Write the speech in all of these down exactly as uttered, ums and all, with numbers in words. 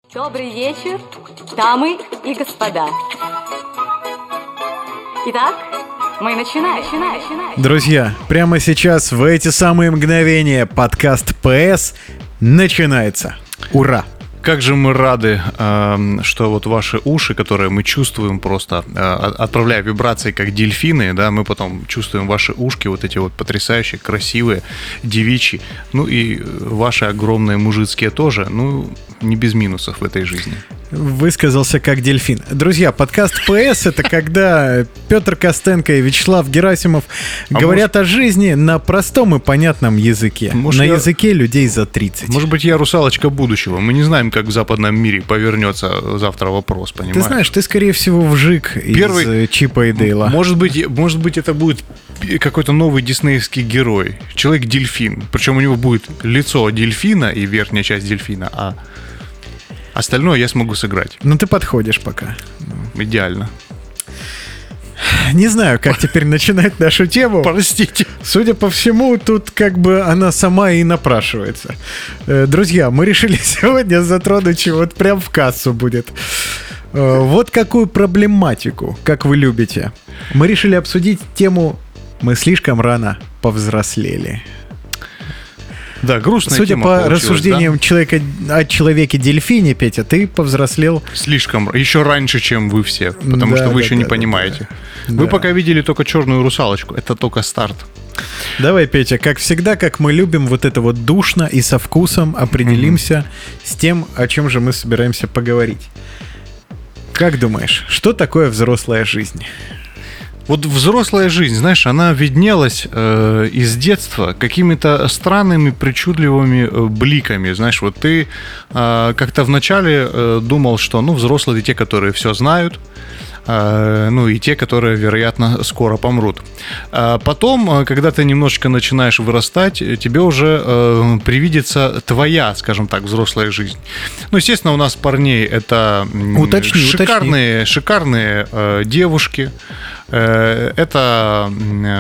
Добрый вечер, дамы и господа. Итак, мы начинаем, начинаем, начинаем. Друзья, прямо сейчас, в эти самые мгновения, подкаст ПС начинается. Ура! Как же мы рады, что вот ваши уши, которые мы чувствуем просто, отправляя вибрации как дельфины, да, мы потом чувствуем ваши ушки, вот эти вот потрясающие, красивые, девичьи, ну и ваши огромные мужицкие тоже, ну, не без минусов в этой жизни. Высказался как дельфин. Друзья, подкаст ПС — это когда Петр Костенко и Вячеслав Герасимов а говорят может... о жизни на простом и понятном языке. Может, на я... языке людей за тридцать. Может быть, я русалочка будущего. Мы не знаем, как в западном мире повернется завтра вопрос, понимаешь? Ты знаешь, ты, скорее всего, вжик Первый... из Чипа и Дейла. Может быть, может быть, это будет какой-то новый диснеевский герой. Человек-дельфин. Причем у него будет лицо дельфина и верхняя часть дельфина, а остальное я смогу сыграть. Ну, ты подходишь пока. Идеально. Не знаю, как теперь начинать нашу тему. Простите. Судя по всему, тут как бы она сама и напрашивается. Друзья, мы решили сегодня затронуть, вот прям в кассу будет. Вот какую проблематику, как вы любите. Мы решили обсудить тему «Мы слишком рано повзрослели». Да, грустная Судя тема по рассуждениям, да? человека, о человеке-дельфине, Петя, ты повзрослел... Слишком, еще раньше, чем вы все, потому да, что вы да, еще да, не да, понимаете. Да. Вы да. пока видели только черную русалочку, это только старт. Давай, Петя, как всегда, как мы любим, вот это вот душно и со вкусом определимся mm-hmm. с тем, о чем же мы собираемся поговорить. Как думаешь, что такое взрослая жизнь? Вот взрослая жизнь, знаешь, она виднелась э, из детства какими-то странными, причудливыми э, бликами. Знаешь, вот ты э, как-то вначале э, думал, что, ну, взрослые те, которые все знают, э, ну, и те, которые, вероятно, скоро помрут. А потом, когда ты немножечко начинаешь вырастать, тебе уже э, привидится твоя, скажем так, взрослая жизнь. Ну, естественно, у нас парней это уточни, шикарные, уточни. шикарные э, девушки. Это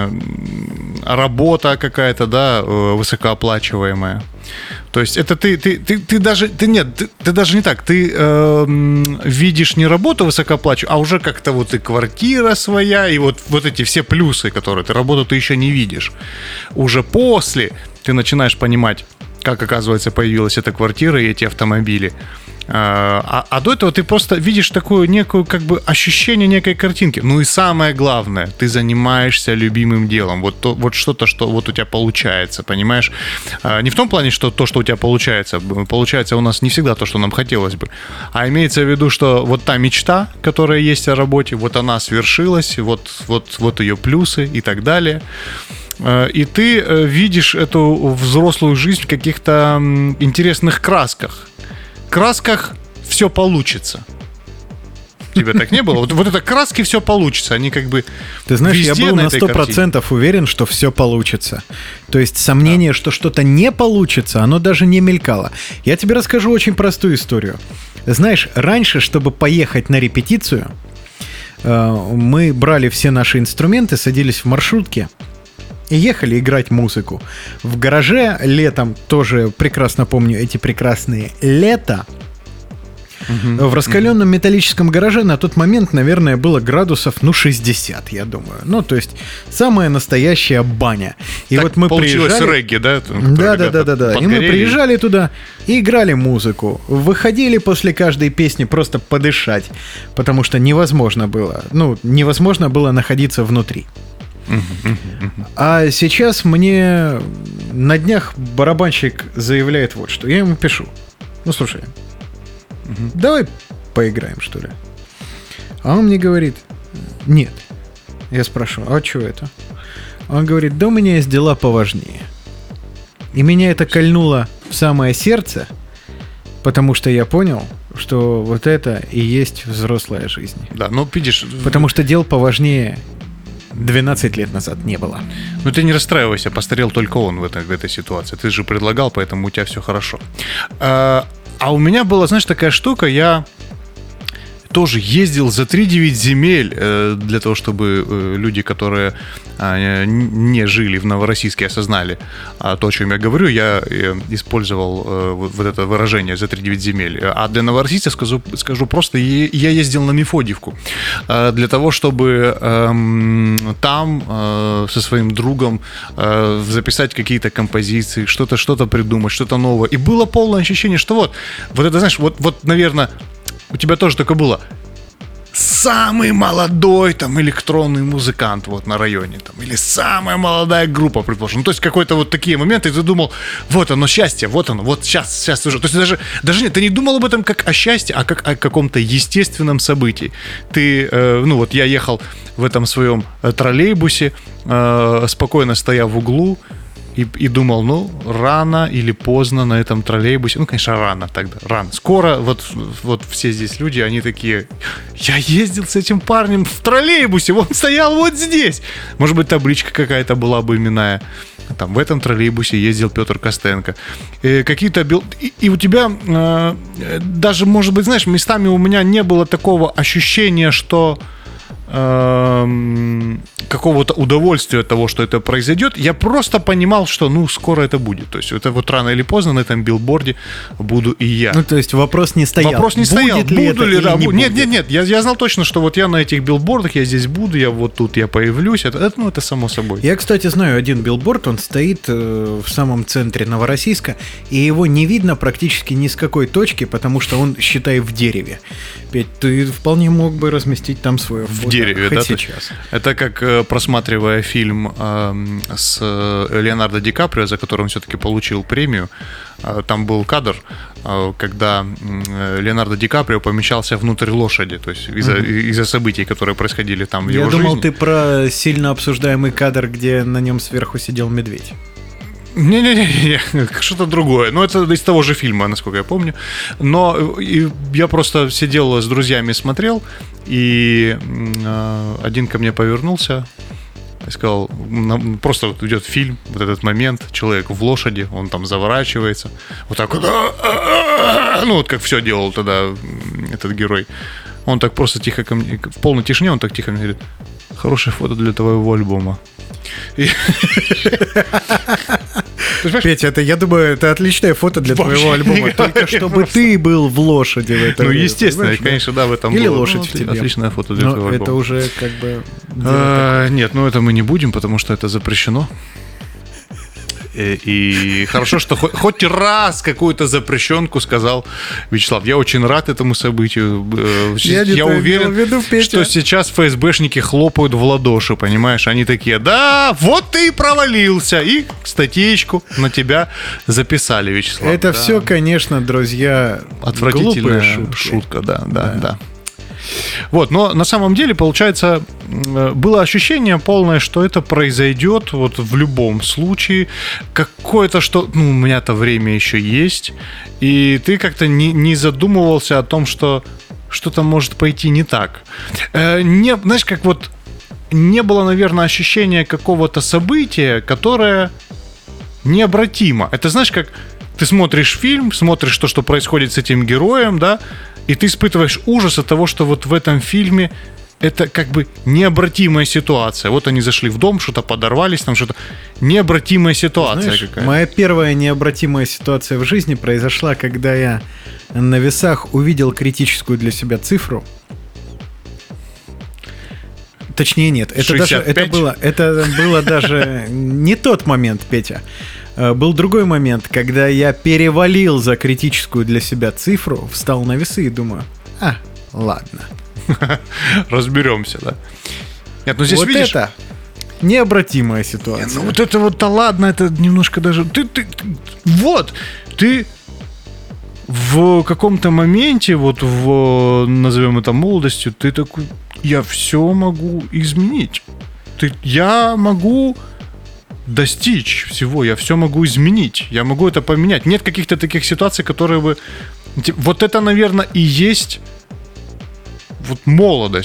работа какая-то, да, высокооплачиваемая. То есть это ты, ты, ты, ты даже, ты нет, ты, ты даже не так, ты э, видишь не работу высокооплачиваемую, а уже как-то вот и квартира своя, и вот, вот эти все плюсы, которые ты работу ты еще не видишь. Уже после ты начинаешь понимать, как, оказывается, появилась эта квартира и эти автомобили. А, а до этого ты просто видишь такое некое как бы ощущение некой картинки. Ну и самое главное, ты занимаешься любимым делом. Вот, то, вот что-то, что вот у тебя получается, понимаешь? А, не в том плане, что то, что у тебя получается. Получается у нас не всегда то, что нам хотелось бы. А имеется в виду, что вот та мечта, которая есть о работе, вот она свершилась, вот, вот, вот ее плюсы и так далее. И ты видишь эту взрослую жизнь в каких-то интересных красках. красках все получится. Тебе так не было? Вот, вот это краски все получится. Они как бы ты знаешь, я был на на сто процентов картине. Уверен, что все получится. То есть сомнение, да. что что-то не получится, оно даже не мелькало. Я тебе расскажу очень простую историю. Знаешь, раньше, чтобы поехать на репетицию, мы брали все наши инструменты, садились в маршрутке и ехали играть музыку. В гараже летом, тоже прекрасно помню эти прекрасные лета, uh-huh. в раскаленном uh-huh. металлическом гараже на тот момент, наверное, было градусов, ну, шестьдесят, я думаю. Ну, то есть, самая настоящая баня. И так вот мы получилось приезжали... регги, да? Да, да, да, да, да. И мы приезжали туда и играли музыку. Выходили после каждой песни просто подышать, потому что невозможно было, ну, невозможно было находиться внутри. А сейчас мне на днях барабанщик заявляет вот что. Я ему пишу: ну слушай, угу. давай поиграем, что ли? А он мне говорит: нет. Я спрашиваю: а что это? Он говорит: да у меня есть дела поважнее. И меня это кольнуло в самое сердце, потому что я понял, что вот это и есть взрослая жизнь. Да, ну видишь... Потому что дел поважнее двенадцать лет назад не было. Ну ты не расстраивайся, постарел только он в этой, в этой ситуации. Ты же предлагал, поэтому у тебя все хорошо. А, а у меня была, знаешь, такая штука, я... тоже ездил за три девять земель э, для того, чтобы э, люди, которые э, не жили в Новороссийске, осознали а, то, о чем я говорю. Я э, использовал э, вот, вот это выражение «за три девять земель». А для новороссийцев скажу, скажу просто, я ездил на Мефодиевку э, для того, чтобы э, там э, со своим другом э, записать какие-то композиции, что-то, что-то придумать, что-то новое. И было полное ощущение, что вот, вот это, знаешь, вот, вот, наверное, у тебя тоже такое было. Самый молодой там электронный музыкант вот на районе там, или самая молодая группа, предположим. Ну, то есть какой-то вот такие моменты, и ты думал, вот оно счастье, вот оно, вот сейчас, сейчас уже. То есть даже, даже нет, ты не думал об этом как о счастье, а как о каком-то естественном событии. Ты, э, ну вот я ехал в этом своем троллейбусе, э, спокойно стоя в углу, И, и думал, ну, рано или поздно на этом троллейбусе, ну, конечно, рано тогда, рано, скоро, вот, вот все здесь люди, они такие, я ездил с этим парнем в троллейбусе, он стоял вот здесь. Может быть, табличка какая-то была бы именная. Там в этом троллейбусе ездил Петр Костенко. И какие-то... И, и у тебя э, даже, может быть, знаешь, местами у меня не было такого ощущения, что... какого-то удовольствия от того, что это произойдет. Я просто понимал, что, ну, скоро это будет. То есть это вот рано или поздно на этом билборде буду и я. Ну, то есть вопрос не стоял. Вопрос не будет стоял. Ли буду ли, да, не нет, нет, нет. Я, я знал точно, что вот я на этих билбордах, я здесь буду, я вот тут, я появлюсь. Это, это, ну, это само собой. Я, кстати, знаю один билборд, он стоит э, в самом центре Новороссийска, и его не видно практически ни с какой точки, потому что он, считай, в дереве. Петь, ты вполне мог бы разместить там свое фото. В дереве, хоть да? сейчас. Это как, э, просматривая фильм э, с Леонардо Ди Каприо, за который он все-таки получил премию, э, там был кадр, э, когда э, Леонардо Ди Каприо помещался внутрь лошади, то есть из-за, mm-hmm. из-за событий, которые происходили там в Я его думал, жизни. ты про сильно обсуждаемый кадр, где на нем сверху сидел медведь. Не-не-не, что-то другое. Ну, это из того же фильма, насколько я помню. Но и я просто сидел с друзьями, смотрел, и э, один ко мне повернулся и сказал, просто вот идет фильм, вот этот момент, человек в лошади, он там заворачивается, вот так вот, ну, вот как все делал тогда этот герой. Он так просто тихо ко мне, в полной тишине он так тихо мне говорит, хорошее фото для твоего альбома. И... Петя, это, я думаю, это отличное фото для Вообще твоего альбома. Только чтобы просто... ты был в лошади в этом. Ну, естественно, знаешь, конечно, да, в этом Или было. лошадь ну, в тебе. Отличное фото для Но твоего альбома. Это уже как бы... А, нет, ну это мы не будем, потому что это запрещено. И, и хорошо, что хоть, хоть раз какую-то запрещенку сказал Вячеслав. Я очень рад этому событию. Я, я уверен, виду, что сейчас ФСБшники хлопают в ладоши, понимаешь? Они такие, да, вот ты и провалился. И статейку на тебя записали, Вячеслав. Это да. все, конечно, друзья, отвратительная шутка. шутка, да, да, да. да. Вот, но на самом деле, получается, было ощущение полное, что это произойдет вот в любом случае. Какое-то, что, ну, у меня-то время еще есть, и ты как-то не, не задумывался о том, что что-то может пойти не так. Не, знаешь, как вот не было, наверное, ощущения какого-то события, которое необратимо. Это, знаешь, как ты смотришь фильм, смотришь то, что происходит с этим героем, да, и ты испытываешь ужас от того, что вот в этом фильме это как бы необратимая ситуация. Вот они зашли в дом, что-то подорвались, там что-то... Необратимая ситуация. Знаешь, какая-то. Моя первая необратимая ситуация в жизни произошла, когда я на весах увидел критическую для себя цифру. Точнее, нет. Это, даже, это, было, это было даже не тот момент, Петя. Был другой момент, когда я перевалил за критическую для себя цифру, встал на весы и думаю, а, ладно. Разберемся, да. Нет, ну здесь вот видишь... это необратимая ситуация. Нет, ну вот это вот-то ладно, это немножко даже... Ты, ты, вот, ты в каком-то моменте, вот в, назовем это молодостью, ты такой, я все могу изменить. Ты, я могу... достичь всего, я все могу изменить, я могу это поменять. Нет каких-то таких ситуаций, которые бы... Вот это, наверное, и есть вот молодость.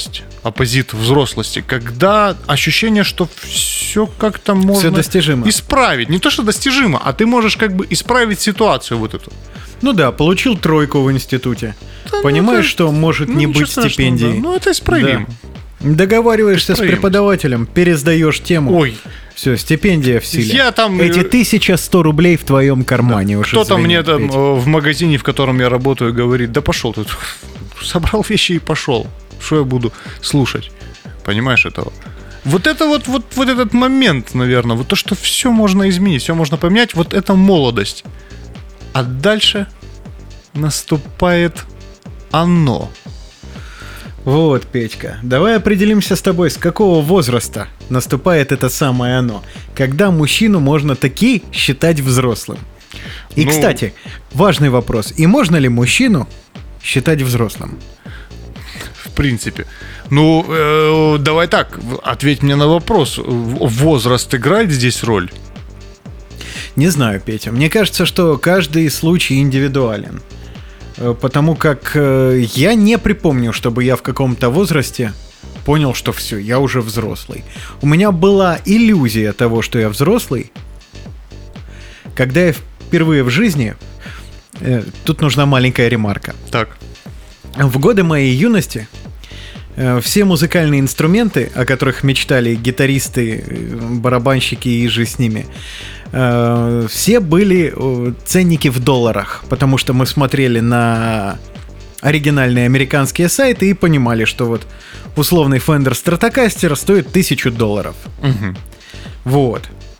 оппозит взрослости, когда ощущение, что все как-то можно Все достижимо. исправить. Не то, что достижимо, а ты можешь как бы исправить ситуацию вот эту. Ну да, получил тройку в институте. Да, Понимаешь, ну, это- что может ну, не ничего быть страшного, стипендии. да. Ну, это исправимо. Да. Договариваешься с Исправимо. преподавателем, пересдаешь тему. Ой, Все, стипендия в силе. Я там, Эти э, тысяча сто рублей в твоем кармане. Уж кто-то извини, мне там Петя. э, в магазине, в котором я работаю, говорит, да пошел тут. Собрал вещи и пошел. Что я буду слушать? Понимаешь этого? Вот это вот, вот, вот этот момент, наверное, вот то, что все можно изменить, все можно поменять, вот это молодость. А дальше наступает оно. Вот, Петька, давай определимся с тобой, с какого возраста наступает это самое оно. Когда мужчину можно таки считать взрослым. И, Ну- кстати, важный вопрос. И можно ли мужчину считать взрослым? В принципе. Ну, э, давай так, в- ответь мне на вопрос. В- Возраст играет здесь роль? Не знаю, Петя. Мне кажется, что каждый случай индивидуален. Э, Потому как э, я не припомню, чтобы я в каком-то возрасте понял, что все, я уже взрослый. У меня была иллюзия того, что я взрослый, когда я впервые в жизни... э, Тут нужна маленькая ремарка. Так. В годы моей юности э, все музыкальные инструменты, о которых мечтали гитаристы, э, барабанщики и же с ними, э, все были э, ценники в долларах, потому что мы смотрели на оригинальные американские сайты и понимали, что вот условный Fender Stratocaster стоит тысячу долларов. Мгм. Вот.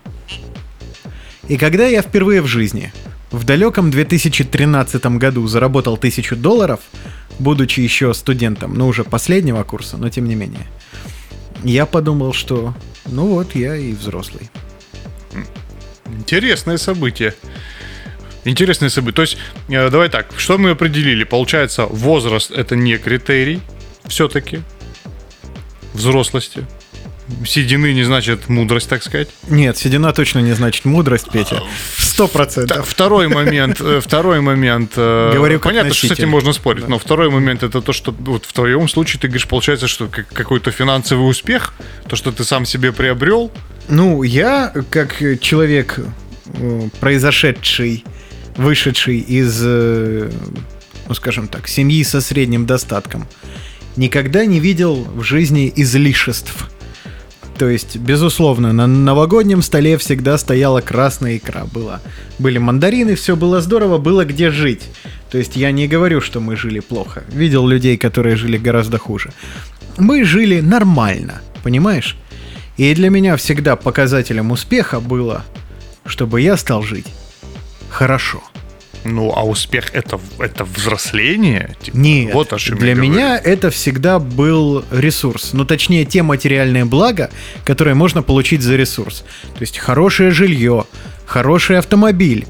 И когда я впервые в жизни в далеком две тысячи тринадцатом году заработал тысячу долларов, будучи еще студентом, ну уже последнего курса, но тем не менее, я подумал, что ну вот я и взрослый. Интересное событие. Интересное событие. То есть, э, давай так, что мы определили? Получается, возраст это не критерий, все-таки, взрослости. Седины не значит мудрость, так сказать. Нет, седина точно не значит мудрость, Петя. Сто Та- процентов. Второй момент, э, второй момент. э, Говорю как понятно, что с носитель. этим можно спорить, Да. но второй момент это то, что вот в твоем случае ты говоришь, получается, что как- какой-то финансовый успех, то, что ты сам себе приобрел. Ну, я, как человек, э, произошедший, вышедший из, э, ну, скажем так, семьи со средним достатком, никогда не видел в жизни излишеств. То есть, безусловно, на новогоднем столе всегда стояла красная икра. Было, были мандарины, все было здорово, было где жить. То есть я не говорю, что мы жили плохо. Видел людей, которые жили гораздо хуже. Мы жили нормально, понимаешь? И для меня всегда показателем успеха было, чтобы я стал жить хорошо. Ну, а успех это, это взросление? Типа, Нет, вот о чем для я говорю. меня это всегда был ресурс. Ну, точнее, те материальные блага, которые можно получить за ресурс. То есть хорошее жилье, хороший автомобиль,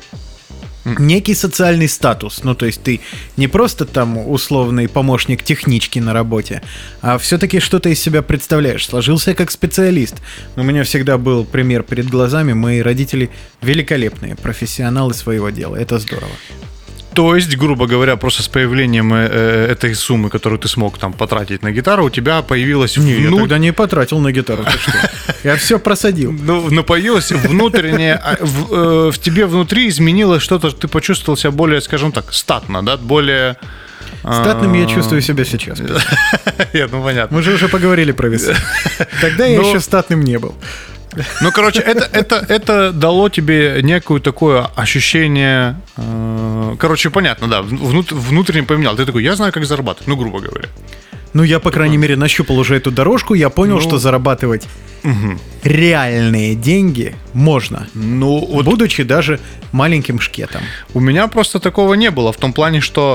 некий социальный статус. Ну, то есть ты не просто там условный помощник технички на работе, а все-таки что-то из себя представляешь. Сложился как специалист. У меня всегда был пример перед глазами. Мои родители великолепные профессионалы своего дела. Это здорово. То есть, грубо говоря, просто с появлением э, э, этой суммы, которую ты смог там потратить на гитару, у тебя появилась Не, я вну- тогда не потратил на гитару. Ты что? Я все просадил. Ну, но появилась внутренняя, а, в, э, в тебе внутри изменилось что-то, ты почувствовал себя более, скажем так, статно, да, более... Статным я а, чувствую себя сейчас. Нет, ну понятно. Мы же уже поговорили про весы. Тогда я Но- еще статным не был. Ну, короче, это, это, это дало тебе некое такое ощущение... э, короче, понятно, да, внут- внутренне поменял. Ты такой, я знаю, как зарабатывать, ну, грубо говоря. Ну, я, по крайней мере, нащупал уже эту дорожку, я понял, Ну, что зарабатывать реальные деньги можно, Ну, вот будучи даже маленьким шкетом. у меня просто такого не было, в том плане, что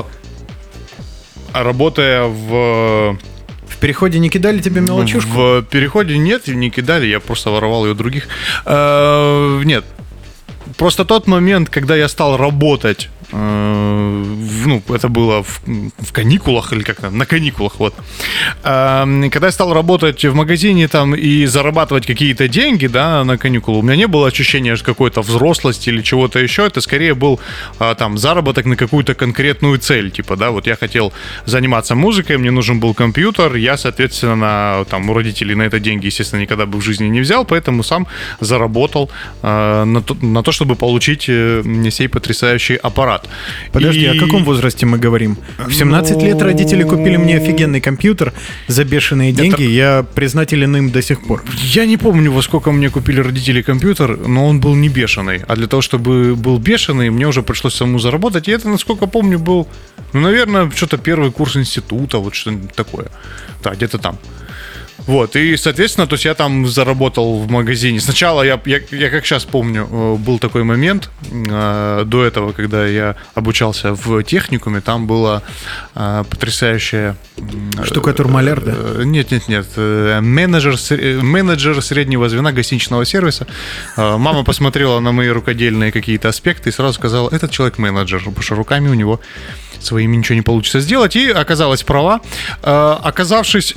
работая в... В переходе не кидали тебе мелочушку? В переходе нет, не кидали, я просто воровал ее у других. Э, Нет. Просто тот момент, когда я стал работать Ну, это было в, в каникулах или как-то, на каникулах, вот. Когда я стал работать в магазине там и зарабатывать какие-то деньги, да, на каникулы, у меня не было ощущения какой-то взрослости или чего-то еще, это скорее был там заработок на какую-то конкретную цель, типа, да, вот я хотел заниматься музыкой, мне нужен был компьютер, я, соответственно, там у родителей на это деньги, естественно, никогда бы в жизни не взял, поэтому сам заработал э, на, то, на то, чтобы получить э, сей потрясающий аппарат. Подожди, И... о каком возрасте мы говорим? В семнадцать Ну... лет родители купили мне офигенный компьютер за бешеные деньги, Это... я признателен им до сих пор. Я не помню, во сколько мне купили родители компьютер, но он был не бешеный. А для того, чтобы был бешеный, мне уже пришлось самому заработать. И это, насколько помню, был, ну, наверное, что-то первый курс института, вот что-нибудь такое. Да, где-то там. Вот, и, соответственно, то есть я там заработал в магазине. Сначала, я, я, я как сейчас помню, был такой момент, э, до этого, когда я обучался в техникуме, там была э, потрясающая... Э, Штукатур-маляр, да? Э, нет, нет, нет, э, менеджер, менеджер среднего звена гостиничного сервиса. Э, мама посмотрела на мои рукодельные какие-то аспекты и сразу сказала, этот человек менеджер, потому что руками у него... своими ничего не получится сделать, и оказалась права. Оказавшись,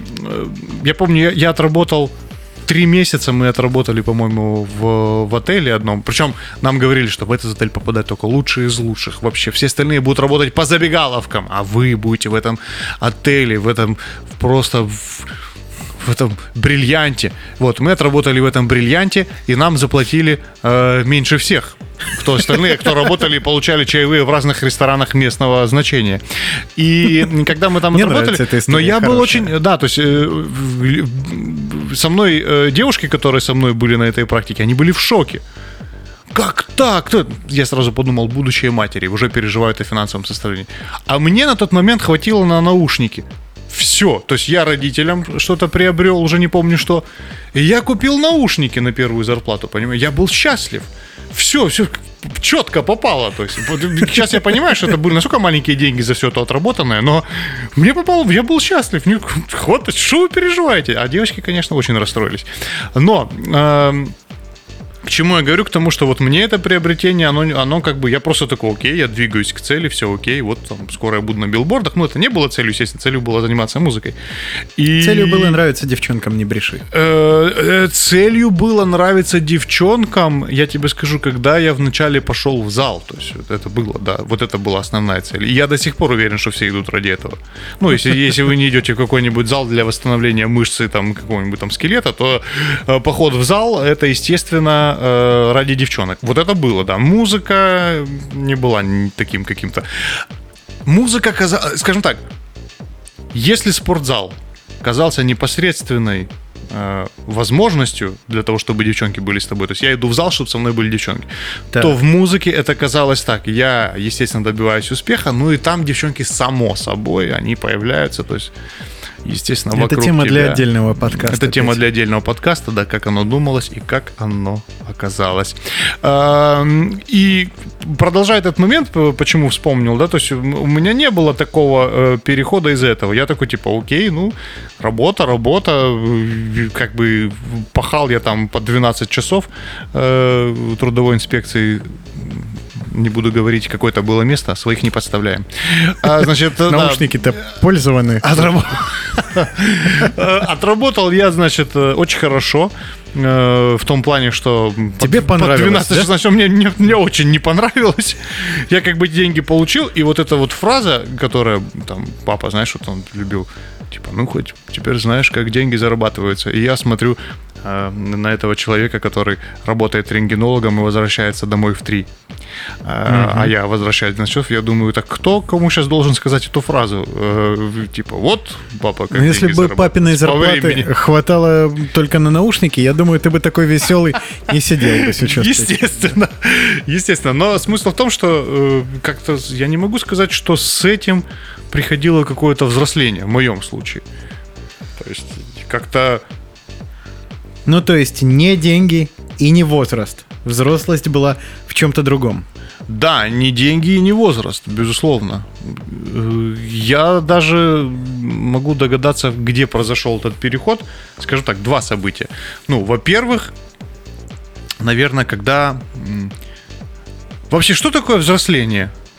я помню, я, я отработал три месяца, мы отработали, по-моему, в, в отеле одном, причем нам говорили, что в этот отель попадают только лучшие из лучших, вообще, все остальные будут работать по забегаловкам, а вы будете в этом отеле, в этом просто... В, в этом бриллианте. Вот, мы отработали в этом бриллианте, и нам заплатили э, меньше всех. Кто остальные, кто работали и получали чаевые в разных ресторанах местного значения. И когда мы там Мне отработали... история, но я хорошая. был очень... Да, то есть э, со мной э, девушки, которые со мной были на этой практике, они были в шоке. Как так? Я сразу подумал, будущие матери уже переживают о финансовом состоянии. А мне на тот момент хватило на наушники. Все. То есть я родителям что-то приобрел, уже не помню что. И я купил наушники на первую зарплату, понимаешь? Я был счастлив. Все, все четко попало. То есть, сейчас я понимаю, что это были настолько маленькие деньги за все это отработанное, но мне попало, я был счастлив. Вот, что вы переживаете? А девочки, конечно, очень расстроились. Но... Э- К чему я говорю? К тому, что вот мне это приобретение, оно, оно как бы, я просто такой, окей, я двигаюсь к цели, все окей, вот там, скоро я буду на билбордах. Ну, это не было целью, естественно, целью было заниматься музыкой. И... Целью было нравиться девчонкам, не бреши. Целью было нравиться девчонкам, я тебе скажу, когда я вначале пошел в зал, то есть вот это было, да, вот это была основная цель. И я до сих пор уверен, что все идут ради этого. Ну, если, если вы не идете в какой-нибудь зал для восстановления мышцы, там, какого-нибудь там скелета, то э, поход в зал, это, естественно, ради девчонок. Вот это было, да. Музыка не была таким каким-то. Музыка, скажем так, если спортзал казался непосредственной э, возможностью для того, чтобы девчонки были с тобой, то есть я иду в зал, чтобы со мной были девчонки, да. То в музыке это казалось так. Я, естественно, добиваюсь успеха, ну и там девчонки, само собой, они появляются, то есть естественно, вокруг Это тема тебя. для отдельного подкаста. Это тема для отдельного подкаста, да, как оно думалось и как оно оказалось. И продолжая этот момент, почему вспомнил, да, то есть у меня не было такого перехода из этого. Я такой, типа, окей, ну, работа, работа, как бы пахал я там по двенадцать часов трудовой инспекции. Не буду говорить, какое-то было место, своих не подставляем. А, значит, наушники-то пользованы. Отработал я, значит, очень хорошо. В том плане, что тебе понравилось, двенадцать часов, значит, мне, мне, мне очень не понравилось. Я как бы деньги получил, и вот эта вот фраза, которая там папа, знаешь, вот он любил, типа, ну хоть теперь знаешь, как деньги зарабатываются. И я смотрю э, на этого человека, который работает рентгенологом и возвращается домой в три. Uh, uh-huh. А я возвращаюсь на часов, я думаю, так кто кому сейчас должен сказать эту фразу? Uh, типа, вот, папа, как деньги если бы папиной зарплаты хватало только на наушники, я думаю, ты бы такой веселый не сидел бы сейчас. Естественно, естественно. Но смысл в том, что uh, как-то я не могу сказать, что с этим приходило какое-то взросление, в моем случае. То есть, как-то... Ну, то есть, не деньги и не возраст. Взрослость была в чем-то другом. Да, не деньги и не возраст, безусловно. Я даже могу догадаться, где произошел этот переход. Скажу так, два события. Ну, во-первых, наверное, когда... Вообще, что такое взросление?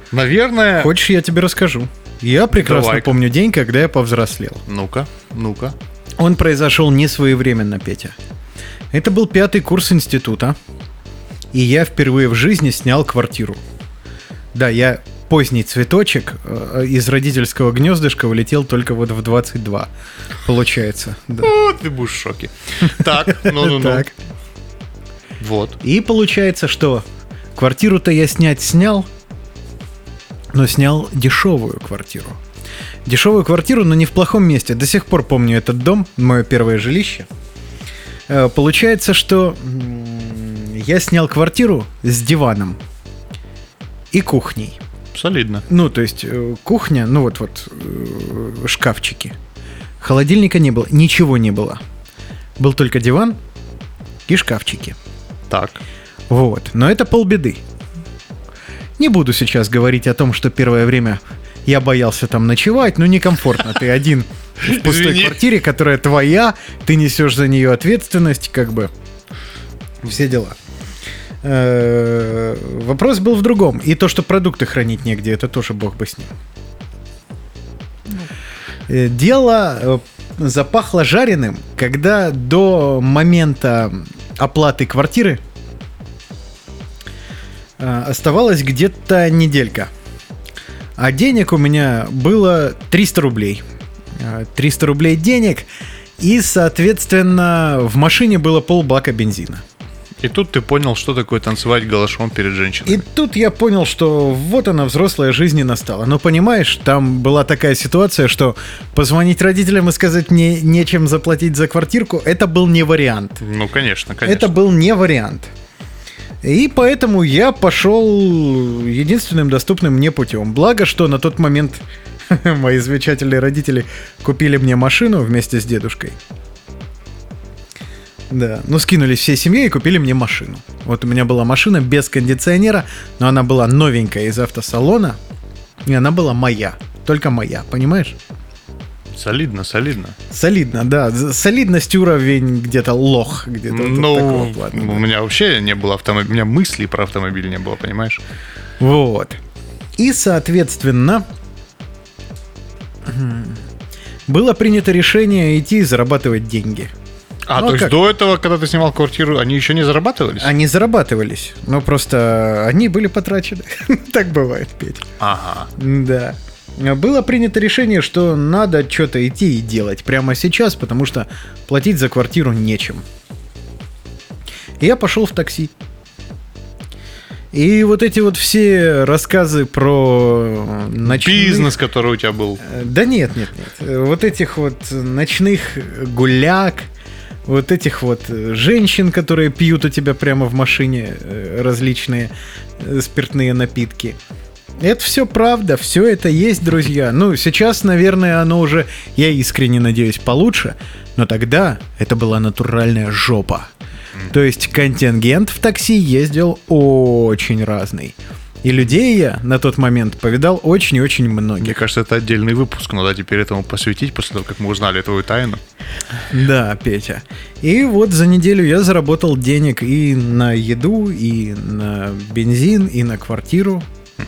Наверное... Хочешь, я тебе расскажу? Я прекрасно Давай-ка. помню день, когда я повзрослел. Ну-ка, ну-ка. Он произошел не своевременно, Петя. Это был пятый курс института, и я впервые в жизни снял квартиру. Да, я поздний цветочек э, из родительского гнездышка улетел только вот в двадцать два, получается. Да. О, ты будешь в шоке. Так, ну-ну-ну. Так. Вот. И получается, что квартиру-то я снять снял, но снял дешевую квартиру. Дешевую квартиру, но не в плохом месте. До сих пор помню этот дом, мое первое жилище. Э, Получается, что м, я снял квартиру с диваном и кухней. Солидно. Ну, то есть э, кухня, ну вот вот э, шкафчики. Холодильника не было, ничего не было. Был только диван и шкафчики. Так. Вот, но это полбеды. Не буду сейчас говорить о том, что первое время я боялся там ночевать, но некомфортно. Ты один в пустой Извини. квартире, которая твоя, ты несешь за нее ответственность, как бы все дела. Э, Вопрос был в другом. И то, что продукты хранить негде, это тоже бог бы с ним. Э, Дело э, запахло жареным, когда до момента оплаты квартиры э, оставалась где-то неделька. А денег у меня было триста рублей. Э, триста рублей денег, и, соответственно, в машине было полбака бензина. И тут ты понял, что такое танцевать голышом перед женщиной. И тут я понял, что вот она, взрослая жизнь, и настала. Но понимаешь, там была такая ситуация, что позвонить родителям и сказать мне нечем заплатить за квартирку, это был не вариант. Ну, конечно, конечно. Это был не вариант. И поэтому я пошел единственным доступным мне путем. Благо, что на тот момент мои замечательные родители купили мне машину вместе с дедушкой. Да, ну скинулись всей семьей и купили мне машину. Вот у меня была машина без кондиционера, но она была новенькая из автосалона, и она была моя, только моя, понимаешь? Солидно, солидно. Солидно, да, з- солидность уровень где-то лох, где-то вот Ну, такого плана, да. у меня вообще не было автомобиля, у меня мыслей про автомобиль не было, понимаешь? Вот. И, соответственно, было принято решение идти и зарабатывать деньги. А, Ну, то есть как? до этого, когда ты снимал квартиру, они еще не зарабатывались? Они зарабатывались, но просто они были потрачены. Так бывает, Петь. Ага. Да. Было принято решение, что надо что-то идти и делать прямо сейчас, потому что платить за квартиру нечем. И я пошел в такси. И вот эти вот все рассказы про ночных... Бизнес, который у тебя был. Да нет, нет, нет. Вот этих вот ночных гуляк, вот этих вот женщин, которые пьют у тебя прямо в машине э, различные э, спиртные напитки. Это все правда, все это есть, друзья. Ну, сейчас, наверное, оно уже, я искренне надеюсь, получше, но тогда это была натуральная жопа. То есть контингент в такси ездил очень разный. И людей я на тот момент повидал очень и очень Мне многих. кажется, это отдельный выпуск, надо теперь этому посвятить, после того, как мы узнали твою тайну. Да, Петя. И вот за неделю я заработал денег и на еду, и на бензин, и на квартиру.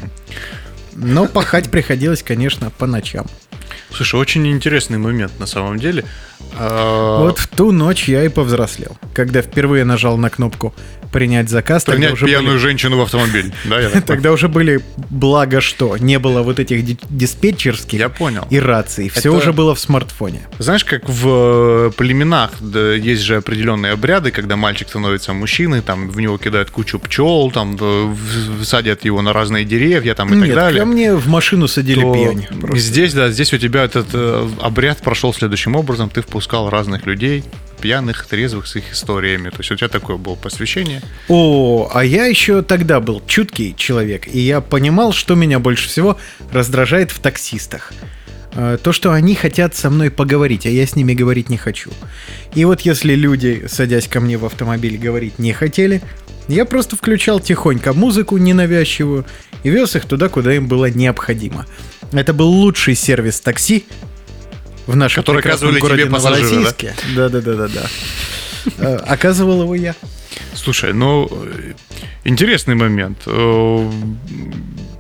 Но пахать приходилось, конечно, по ночам. Слушай, очень интересный момент на самом деле. А, Вот в ту ночь я и повзрослел. Когда впервые нажал на кнопку «Принять заказ», тогда принять уже, пьяную были, женщину в автомобиль. Да, я так понял. тогда уже были, благо что, не было вот этих ди- диспетчерских Я понял. и раций. Все Это- уже было в смартфоне. Знаешь, как в э, племенах да, есть же определенные обряды, когда мальчик становится мужчиной, там в него кидают кучу пчел, там да, в- садят его на разные деревья, там и так Нет, далее. ко мне в машину садили То пьянь. просто. Здесь, да, здесь у тебя этот э, обряд прошел следующим образом. Ты впускал разных людей, пьяных, трезвых, с их историями. То есть у тебя такое было посвящение. О, а я еще тогда был чуткий человек, и я понимал, что меня больше всего раздражает в таксистах. Э, То, что они хотят со мной поговорить, а я с ними говорить не хочу. И вот если люди, садясь ко мне в автомобиль, говорить не хотели, я просто включал тихонько музыку ненавязчивую и вез их туда, куда им было необходимо. Это был лучший сервис такси в нашем Который прекрасном оказывали городе тебе пассажиры, да? Новороссийске. Да-да-да-да-да. Э, Оказывал его я. Слушай, ну, э, интересный момент. Э,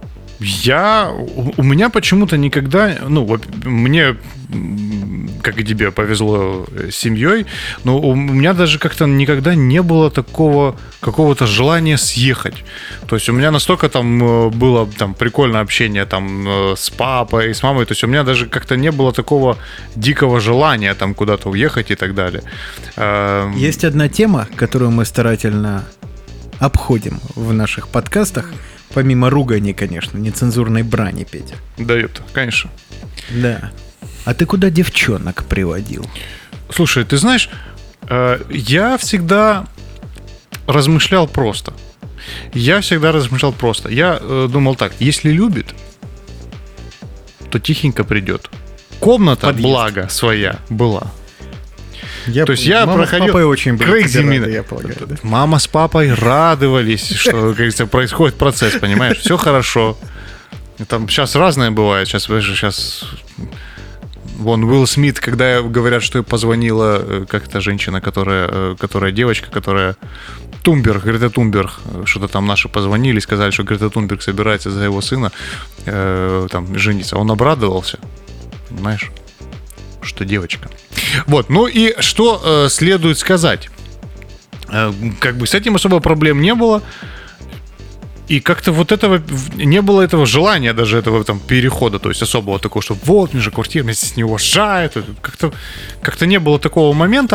Я, у, у меня почему-то никогда, ну, вот мне, как и тебе, повезло с семьей, но у меня даже как-то никогда не было такого какого-то желания съехать. То есть у меня настолько там было там прикольное общение там с папой, с мамой, то есть у меня даже как-то не было такого дикого желания там куда-то уехать и так далее. Есть одна тема, которую мы старательно обходим в наших подкастах, помимо ругани, конечно, нецензурной брани, Петя. Дает, конечно. Да. А ты куда девчонок приводил? Слушай, ты знаешь, я всегда размышлял просто. Я всегда размышлял просто. Я думал так, если любит, то тихенько придет. Комната, Подъезд. благо, своя была. Я, То есть я мама проходил... с папой очень были Crazy тебе рады, minute. я полагаю, да? Мама с папой радовались, что, как говорится, происходит процесс, понимаешь? Все хорошо. Там сейчас разное бывает. Сейчас, сейчас... Вон Уилл Смит, когда говорят, что позвонила как-то женщина, которая, которая девочка, которая... Тунберг, Грета Тунберг, что-то там наши позвонили, сказали, что Грета Тунберг собирается за его сына э, там жениться. Он обрадовался, понимаешь, что девочка. Вот, ну и что э, следует сказать? Э, как бы с этим особо проблем не было. И как-то вот этого, не было этого желания даже этого там перехода, то есть особого такого, что вот, мне же квартира, меня здесь не уважают. Как-то, как-то не было такого момента.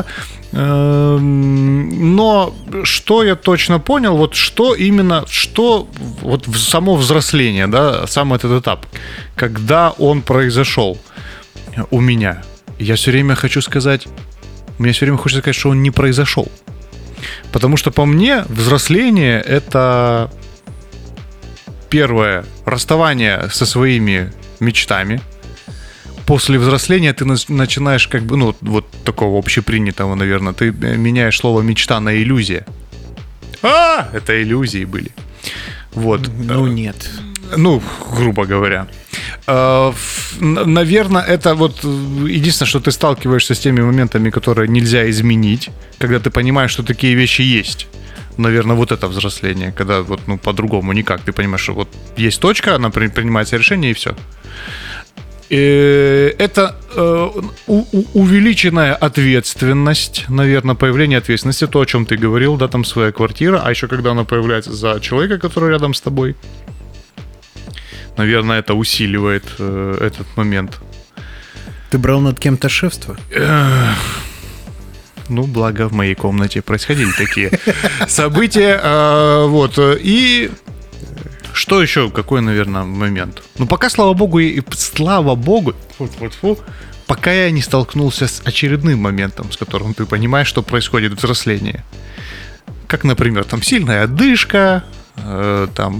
Но что я точно понял, вот что именно, что вот само взросление, да, сам этот этап, когда он произошел у меня, я все время хочу сказать, мне все время хочется сказать, что он не произошел. Потому что по мне взросление — это... Первое, расставание со своими мечтами. После взросления ты начинаешь как бы, ну, вот такого общепринятого, наверное, ты меняешь слово «мечта» на «иллюзия». А, это иллюзии были. Вот. Ну, нет. Ну, грубо говоря. Наверное, это вот единственное, что ты сталкиваешься с теми моментами, которые нельзя изменить, когда ты понимаешь, что такие вещи есть. Наверное, вот это взросление, когда вот, ну, по-другому никак. Ты понимаешь, что вот есть точка, она принимается решение, и все. И это э, у, увеличенная ответственность, наверное, появление ответственности, то, о чем ты говорил, да, там своя квартира, а еще когда она появляется за человека, который рядом с тобой, наверное, это усиливает э, этот момент. Ты брал над кем-то шефство? Ну, благо в моей комнате происходили такие события. А, вот. И что еще? Какой, наверное, момент? Ну, пока, слава богу, и слава богу, фу-фу-фу, пока я не столкнулся с очередным моментом, с которым ты понимаешь, что происходит взросление. Как, например, там сильная одышка, э, там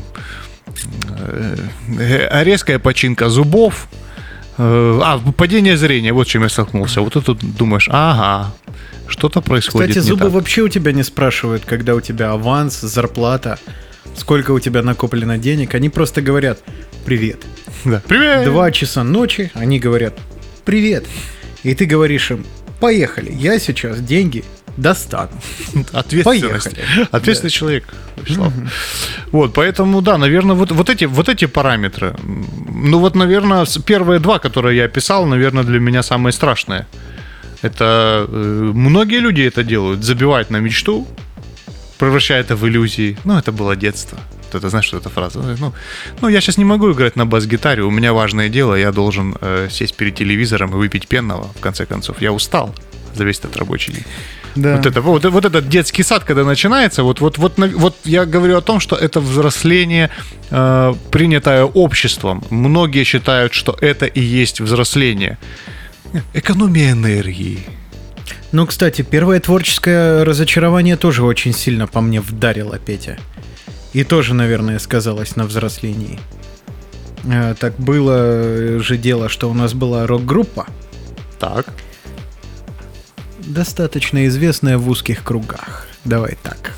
э, резкая починка зубов, э, а, падение зрения, вот с чем я столкнулся. Вот тут думаешь, ага, что-то происходит. Кстати, не зубы так. вообще у тебя не спрашивают, когда у тебя аванс, зарплата, сколько у тебя накоплено денег. Они просто говорят «Привет». Да. Привет! Два часа ночи, они говорят «Привет». И ты говоришь им «Поехали, я сейчас деньги достану». Ответственность. Поехали. Ответственный Да. человек, Вячеслав. Вот, поэтому, да, наверное, вот, вот, эти, вот эти параметры. Ну, вот, наверное, первые два, которые я описал, наверное, для меня самые страшные. Это э, многие люди это делают, забивают на мечту, превращают это в иллюзии. Ну, это было детство. Ты знаешь, что это фраза? Ну, ну, я сейчас не могу играть на бас-гитаре, у меня важное дело, я должен э, сесть перед телевизором и выпить пенного, в конце концов. Я устал за весь этот рабочий день. Да. Вот, это, вот, вот этот детский сад, когда начинается, вот, вот, вот, вот я говорю о том, что это взросление, э, принятое обществом. Многие считают, что это и есть взросление. Экономия энергии. Ну, кстати, первое творческое разочарование тоже очень сильно по мне вдарило, Петя. И тоже, наверное, сказалось на взрослении. Э, Так было же дело, что у нас была рок-группа, Так. достаточно известная в узких кругах. Давай так.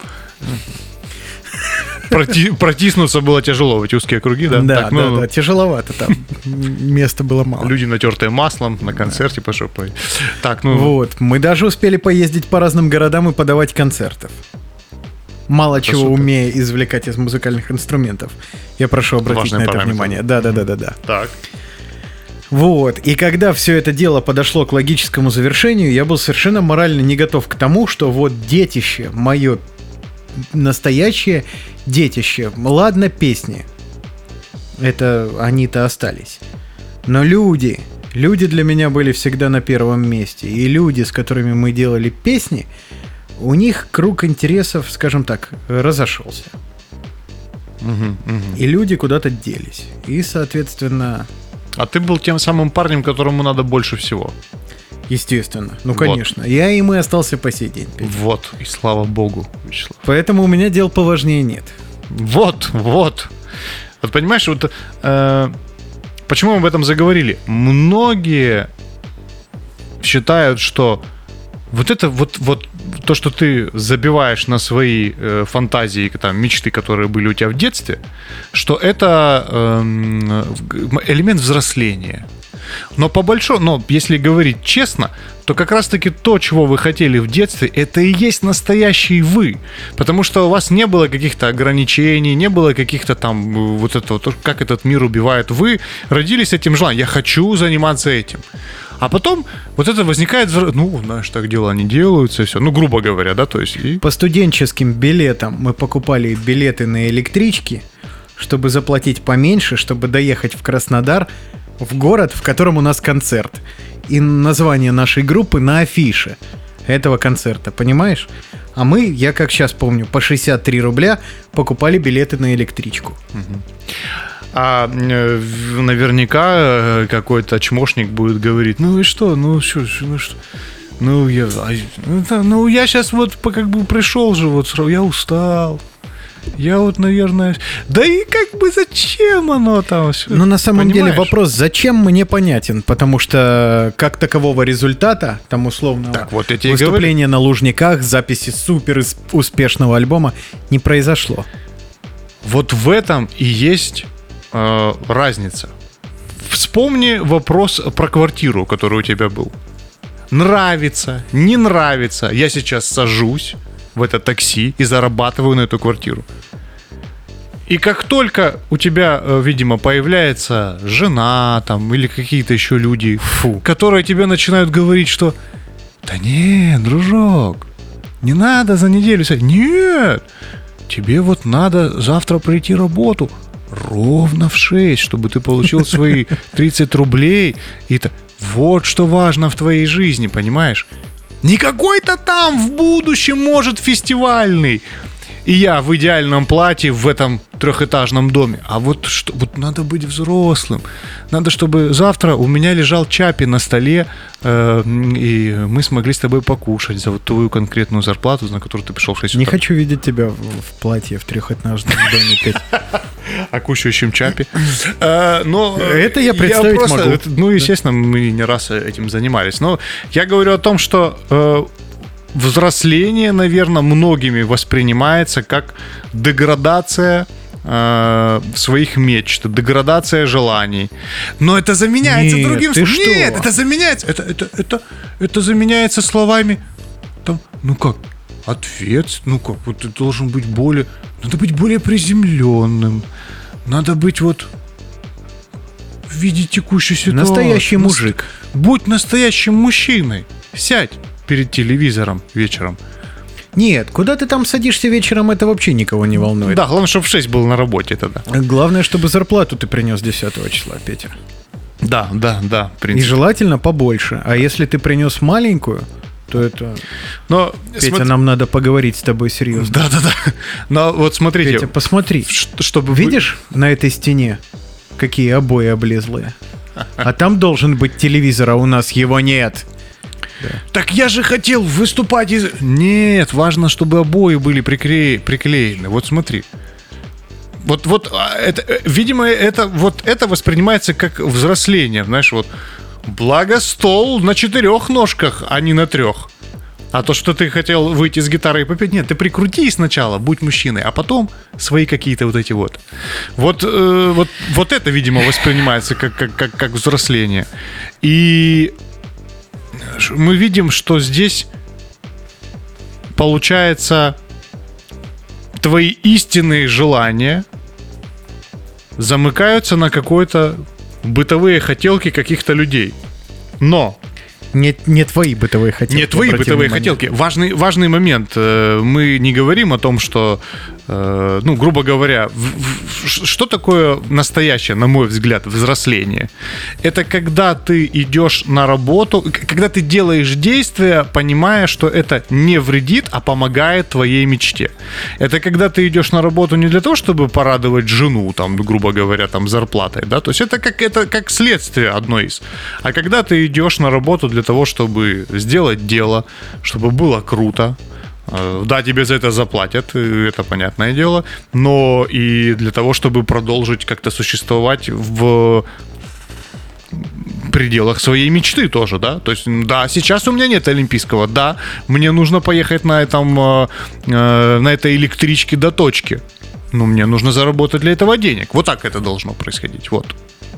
Проти- протиснуться было тяжело в эти узкие круги, да? Да, Так, ну, да, да, тяжеловато там. Места было мало. люди, натертые маслом, на концерте пошел. Так, ну... Вот, мы даже успели поездить по разным городам и подавать концертов. мало Это чего супер. умея извлекать из музыкальных инструментов. Я прошу обратить Важный на это параметр. внимание. Да-да-да-да-да. Так. Вот. И когда все это дело подошло к логическому завершению, я был совершенно морально не готов к тому, что вот детище, мое настоящее детище. Ладно, песни. Это они-то остались. Но люди, люди для меня были всегда на первом месте. И люди, с которыми мы делали песни, у них круг интересов, скажем так, разошелся. Мгм, мгм. И люди куда-то делись. И, соответственно, А ты был тем самым парнем, которому надо больше всего. естественно, ну Вот. конечно, я им и остался по сей день. Петя. Вот. И слава богу, Вячеслав. Поэтому у меня дел поважнее нет. Вот, вот. Вот понимаешь, вот э, почему мы об этом заговорили? Многие считают, что вот это вот, вот то, что ты забиваешь на свои э, фантазии, там, мечты, которые были у тебя в детстве, что это эм, элемент взросления. Но по большому, но если говорить честно, то как раз-таки то, чего вы хотели в детстве, это и есть настоящий вы. Потому что у вас не было каких-то ограничений, не было каких-то там э, вот этого, то, как этот мир убивает. Вы родились с этим желанием. Я хочу заниматься этим. А потом вот это возникает, взро- ну, знаешь, так дела не делаются, и все. Ну, грубо говоря, да, то есть... И... По студенческим билетам мы покупали билеты на электрички, чтобы заплатить поменьше, чтобы доехать в Краснодар, в город, в котором у нас концерт. И название нашей группы на афише этого концерта, понимаешь? А мы, я как сейчас помню, по шестьдесят три рубля покупали билеты на электричку. А э, в- наверняка э, какой-то чмошник будет говорить, ну и что, ну что, ну что, ну я, а, ну, да, ну я сейчас вот по- как бы пришел же, вот сразу, я устал, я вот, наверное, да и как бы зачем оно там все? Но на самом деле вопрос, зачем, мне понятен, потому что как такового результата, там условного Так вот я тебе и говорю. выступления на Лужниках, записи супер ис- успешного альбома не произошло. Вот в этом и есть э, разница. Вспомни вопрос про квартиру, который у тебя был. Нравится, не нравится. Я сейчас сажусь в это такси и зарабатываю на эту квартиру. И как только у тебя, э, видимо, появляется жена там или какие-то еще люди, Фу. которые тебе начинают говорить, что да нет, дружок, не надо за неделю сядь. Нет, тебе вот надо завтра прийти работу ровно в шесть, чтобы ты получил свои тридцать рублей. И это вот что важно в твоей жизни, понимаешь? Не какой-то там в будущем, может, фестивальный. И я в идеальном платье в этом трехэтажном доме. А вот что, вот надо быть взрослым. Надо, чтобы завтра у меня лежал Чапи на столе, э, и мы смогли с тобой покушать за вот твою конкретную зарплату, на которую ты пришел в шесть Не утра. хочу видеть тебя в, в платье в трехэтажном доме, Петь. А кушающим Чапи. Э, Но Это я представить просто- могу. это- Ну, естественно, мы не раз этим занимались. Но я говорю о том, что э, взросление, наверное, многими воспринимается как деградация э, своих мечт, деградация желаний. Но это заменяется Нет, другим ты словом. что? Нет, это заменяется. Это, это, это, это заменяется словами. Там, ну как, ответ, ну как, вот ты должен быть более, надо быть более приземленным, надо быть вот видеть текущую ситуацию. Настоящий Нас- мужик. Будь настоящим мужчиной. Сядь перед телевизором вечером. Нет, куда ты там садишься вечером, это вообще никого не волнует. Да, главное, чтобы в шесть был на работе тогда. Главное, чтобы зарплату ты принес десятого числа, Петя. Да, да, да, в И принципе. желательно побольше. А если ты принес маленькую, то это... Но, Петя, смотри- нам надо поговорить с тобой серьезно. Да, да, да. Но вот смотрите, Петя, посмотри. ш- чтобы вы- Видишь на этой стене, какие обои облезлые? А там должен быть телевизор, а у нас его нет. Так я же хотел выступать из... Нет, важно, чтобы обои были прикле- приклеены. Вот смотри. Вот, вот, а, это, э, видимо, это, вот это воспринимается как взросление, знаешь, вот. Благо стол на четырех ножках, а не на трех. А то, что ты хотел выйти с гитарой и попеть, нет, ты прикрути сначала, будь мужчиной, а потом свои какие-то вот эти вот. Вот, э, вот, вот это, видимо, воспринимается как, как, как, как взросление. И мы видим, что здесь получается твои истинные желания замыкаются на какой-то бытовые хотелки каких-то людей. Но Не, не твои бытовые хотелки. не твои обрати бытовые внимание. хотелки. Важный, важный момент. Э, Мы не говорим о том, что, э, ну, грубо говоря, в- в- ш- что такое настоящее, на мой взгляд, взросление? Это когда ты идешь на работу, к- когда ты делаешь действия, понимая, что это не вредит, а помогает твоей мечте. Это когда ты идешь на работу не для того, чтобы порадовать жену, там, грубо говоря, там, зарплатой, да, то есть это как, это как следствие одно из. А когда ты идешь на работу для того, чтобы сделать дело, чтобы было круто, э, да, тебе за это заплатят, э, это понятное дело, но и для того, чтобы продолжить как-то существовать в пределах своей мечты тоже, да, то есть, м, да, сейчас у меня нет олимпийского, да, мне нужно поехать на этом, э, э, на этой электричке до точки, но мне нужно заработать для этого денег, вот так это должно происходить, вот.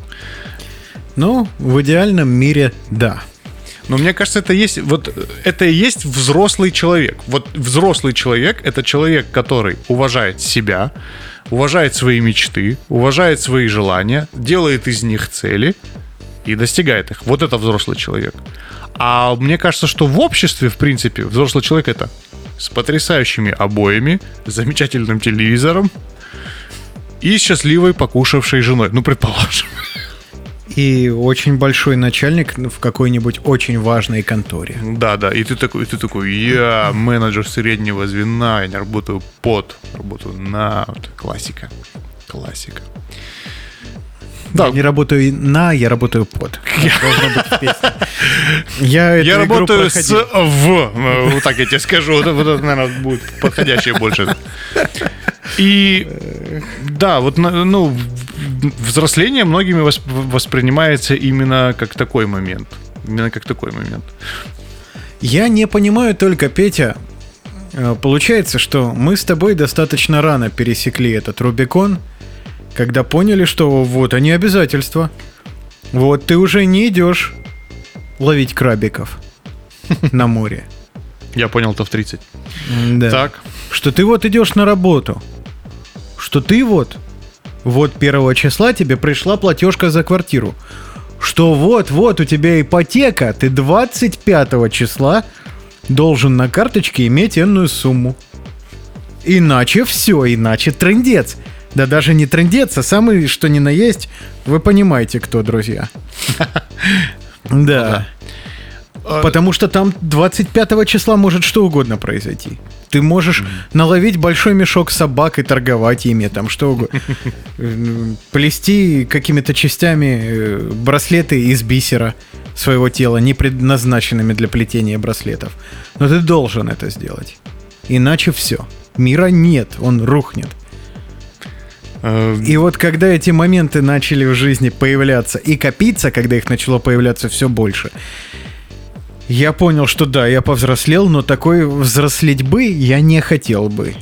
Ну, в идеальном мире, да. Но мне кажется, это есть, вот это и есть взрослый человек. Вот взрослый человек — это человек, который уважает себя, уважает свои мечты, уважает свои желания, делает из них цели и достигает их. Вот это взрослый человек. А мне кажется, что в обществе, в принципе, взрослый человек — это с потрясающими обоями, замечательным телевизором и счастливой покушавшей женой. Ну, предположим. И очень большой начальник в какой-нибудь очень важной конторе. Да, да, и ты такой, и ты такой, я менеджер среднего звена, я не работаю под, работаю на... Вот, классика, классика. Да, Я не работаю на, я работаю под. Так должно быть в песне. Я, эту я игру работаю с проходил. в, э, вот так я тебе скажу, вот, вот это, наверное, будет подходящее больше. И да, вот, на- ну, взросление многими восп- воспринимается именно как такой момент. Именно как такой момент. Я не понимаю только, Петя, э, получается, что мы с тобой достаточно рано пересекли этот Рубикон, когда поняли, что вот они обязательства. Вот ты уже не идешь ловить крабиков на море. Я понял это в тридцать. Да. Так. Что ты вот идешь на работу. Что ты вот, вот первого числа тебе пришла платежка за квартиру. Что вот-вот у тебя ипотека, ты двадцать пятого числа должен на карточке иметь энную сумму. Иначе все, иначе трындец. Да даже не трындец, а самый что ни на есть, вы понимаете, кто, друзья. Да. Потому что там двадцать пятого числа может что угодно произойти. Ты можешь наловить большой мешок собак и торговать ими, там что угодно. Плести какими-то частями э, браслеты из бисера своего тела, не предназначенными для плетения браслетов. Но ты должен это сделать. Иначе все. Мира нет, он рухнет. Э, И вот когда эти моменты начали в жизни появляться и копиться, когда их начало появляться все больше, я понял, что да, я повзрослел, но такой взрослеть бы я не хотел бы.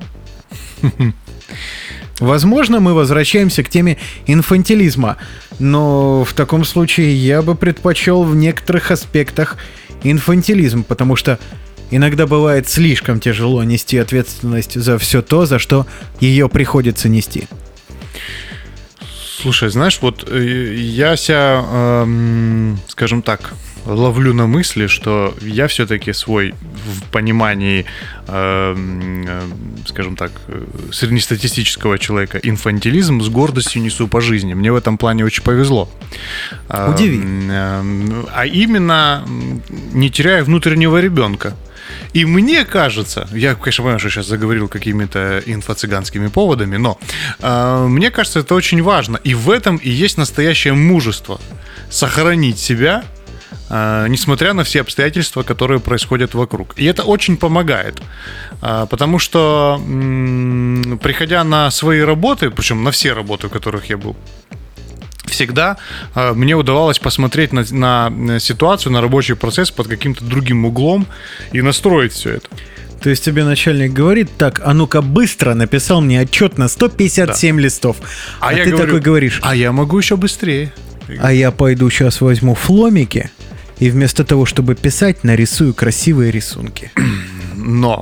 Возможно, мы возвращаемся к теме инфантилизма, но в таком случае я бы предпочел в некоторых аспектах инфантилизм, потому что иногда бывает слишком тяжело нести ответственность за все то, за что ее приходится нести. Слушай, знаешь, вот э, я себя, эм, скажем так, ловлю на мысли, что я все-таки свой в понимании, эм, э, скажем так, э, среднестатистического человека инфантилизм с гордостью несу по жизни. Мне в этом плане очень повезло. Эм, Удиви. эм, а именно м, не теряя внутреннего ребенка. И мне кажется, я, конечно, понимаю, что сейчас заговорил какими-то инфо-цыганскими поводами, но э, мне кажется, это очень важно. И в этом и есть настоящее мужество. Сохранить себя, э, несмотря на все обстоятельства, которые происходят вокруг. И это очень помогает. Э, потому что, м, приходя на свои работы, причем на все работы, в которых я был, всегда э, мне удавалось посмотреть на, на ситуацию, на рабочий процесс под каким-то другим углом и настроить все это. То есть тебе начальник говорит, так, а ну-ка быстро написал мне отчет на сто пятьдесят семь да. листов. А, а я ты говорю, такой говоришь, а я могу еще быстрее. А я пойду сейчас возьму фломики и вместо того, чтобы писать, нарисую красивые рисунки. Но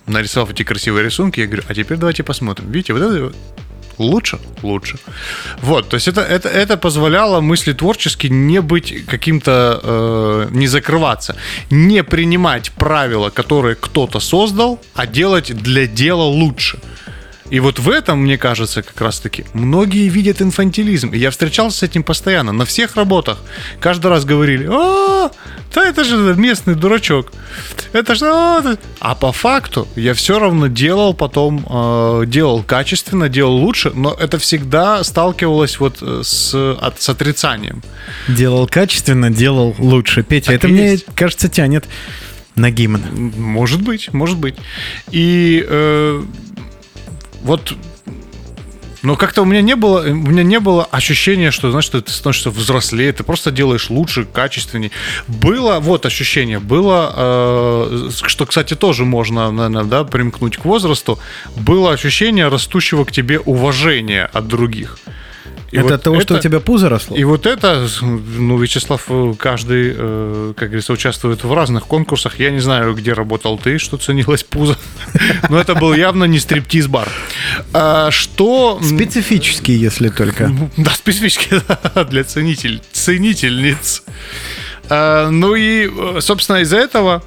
нарисовав эти красивые рисунки, я говорю, а теперь давайте посмотрим. Видите, вот это лучше? Лучше. Вот, то есть это, это, это позволяло мыслетворчески не быть каким-то, э, не закрываться, не принимать правила, которые кто-то создал, а делать для дела лучше. И вот в этом, мне кажется, как раз-таки многие видят инфантилизм. И я встречался с этим постоянно. На всех работах каждый раз говорили: а, да это же местный дурачок. Это же... А, а по факту я все равно делал потом, э, делал качественно, делал лучше, но это всегда сталкивалось вот с, от, с отрицанием. Делал качественно, делал лучше. Петя, Так это и мне, есть. кажется, тянет на гимн. Может быть, может быть. И э, вот, но как-то у меня не было, у меня не было ощущения, что, знаешь, что ты становишься взрослее, ты просто делаешь лучше, качественнее. Было, вот ощущение, было, э, что, кстати, тоже можно, наверное, да, примкнуть к возрасту, было ощущение растущего к тебе уважения от других. И это вот от того, это... что у тебя пузо росло? И вот это, ну, Вячеслав, каждый, э, как говорится, участвует в разных конкурсах. Я не знаю, где работал ты, что ценилось пузо, но это был явно не стриптиз-бар. А, что... Специфический, если только. Да, специфический, да, для ценитель, ценительниц. А, ну и, собственно, из-за этого...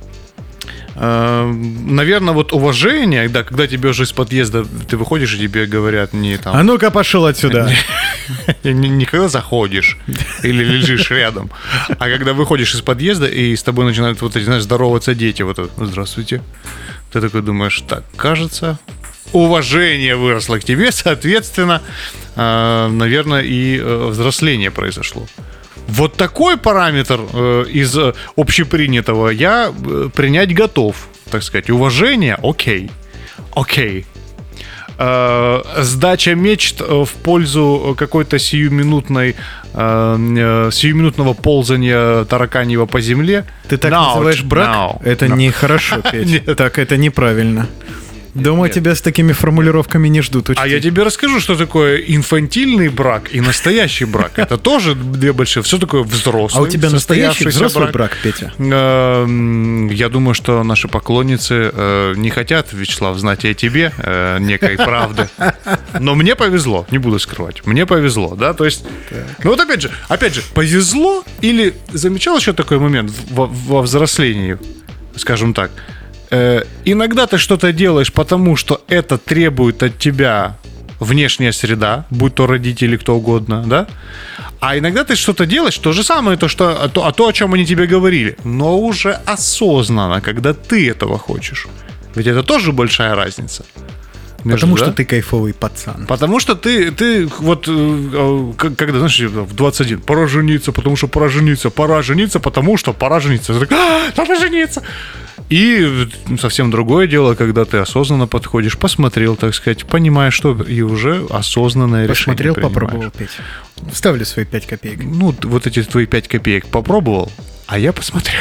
Наверное, вот уважение, да, когда тебе уже из подъезда ты выходишь, и тебе говорят не там... А ну-ка, пошел отсюда. Не, не когда заходишь или лежишь рядом, а когда выходишь из подъезда, и с тобой начинают вот эти, знаешь, здороваться дети. Вот это, здравствуйте. Ты такой думаешь, так, кажется, уважение выросло к тебе, соответственно, наверное, и взросление произошло. Вот такой параметр э, из общепринятого я э, принять готов, так сказать. Уважение, окей, окей. Э, сдача мечт в пользу какой-то сиюминутной, э, сиюминутного ползания тараканьего по земле. Ты так No, называешь брак? no, Это no. нехорошо, Петь. Нет. Так, это неправильно. Думаю, нет. тебя с такими формулировками не ждут. Учти. А я тебе расскажу, что такое инфантильный брак и настоящий брак. Это тоже две большие. Все такое взрослый. А у тебя настоящий состоявшийся взрослый брак, Петя? Э, Я думаю, что наши поклонницы э, не хотят, Вячеслав, знать и о тебе э, некой правды. Но мне повезло, не буду скрывать. Мне повезло, да, то есть... Ну вот опять же, опять же, повезло или... Замечал еще такой момент во, во взрослении, скажем так. Э, иногда ты что-то делаешь, потому что это требует от тебя внешняя среда, будь то родители, кто угодно, да? А иногда ты что-то делаешь, то же самое, то, что, а, то, а то, о чем они тебе говорили, но уже осознанно, когда ты этого хочешь. Ведь это тоже большая разница. Между, Потому да? что ты кайфовый пацан. Потому что ты, ты вот, э, к- когда, знаешь, в двадцать один, пора жениться, потому что пора жениться, пора жениться, потому что пора жениться. Ты такой, «А, надо жениться. И совсем другое дело, когда ты осознанно подходишь, посмотрел, так сказать, понимаешь, что и уже осознанное Посмотрел, решение принимаешь. попробовал, Петь. Вставлю свои пять копеек. Ну, вот эти твои пять копеек попробовал, а я посмотрел.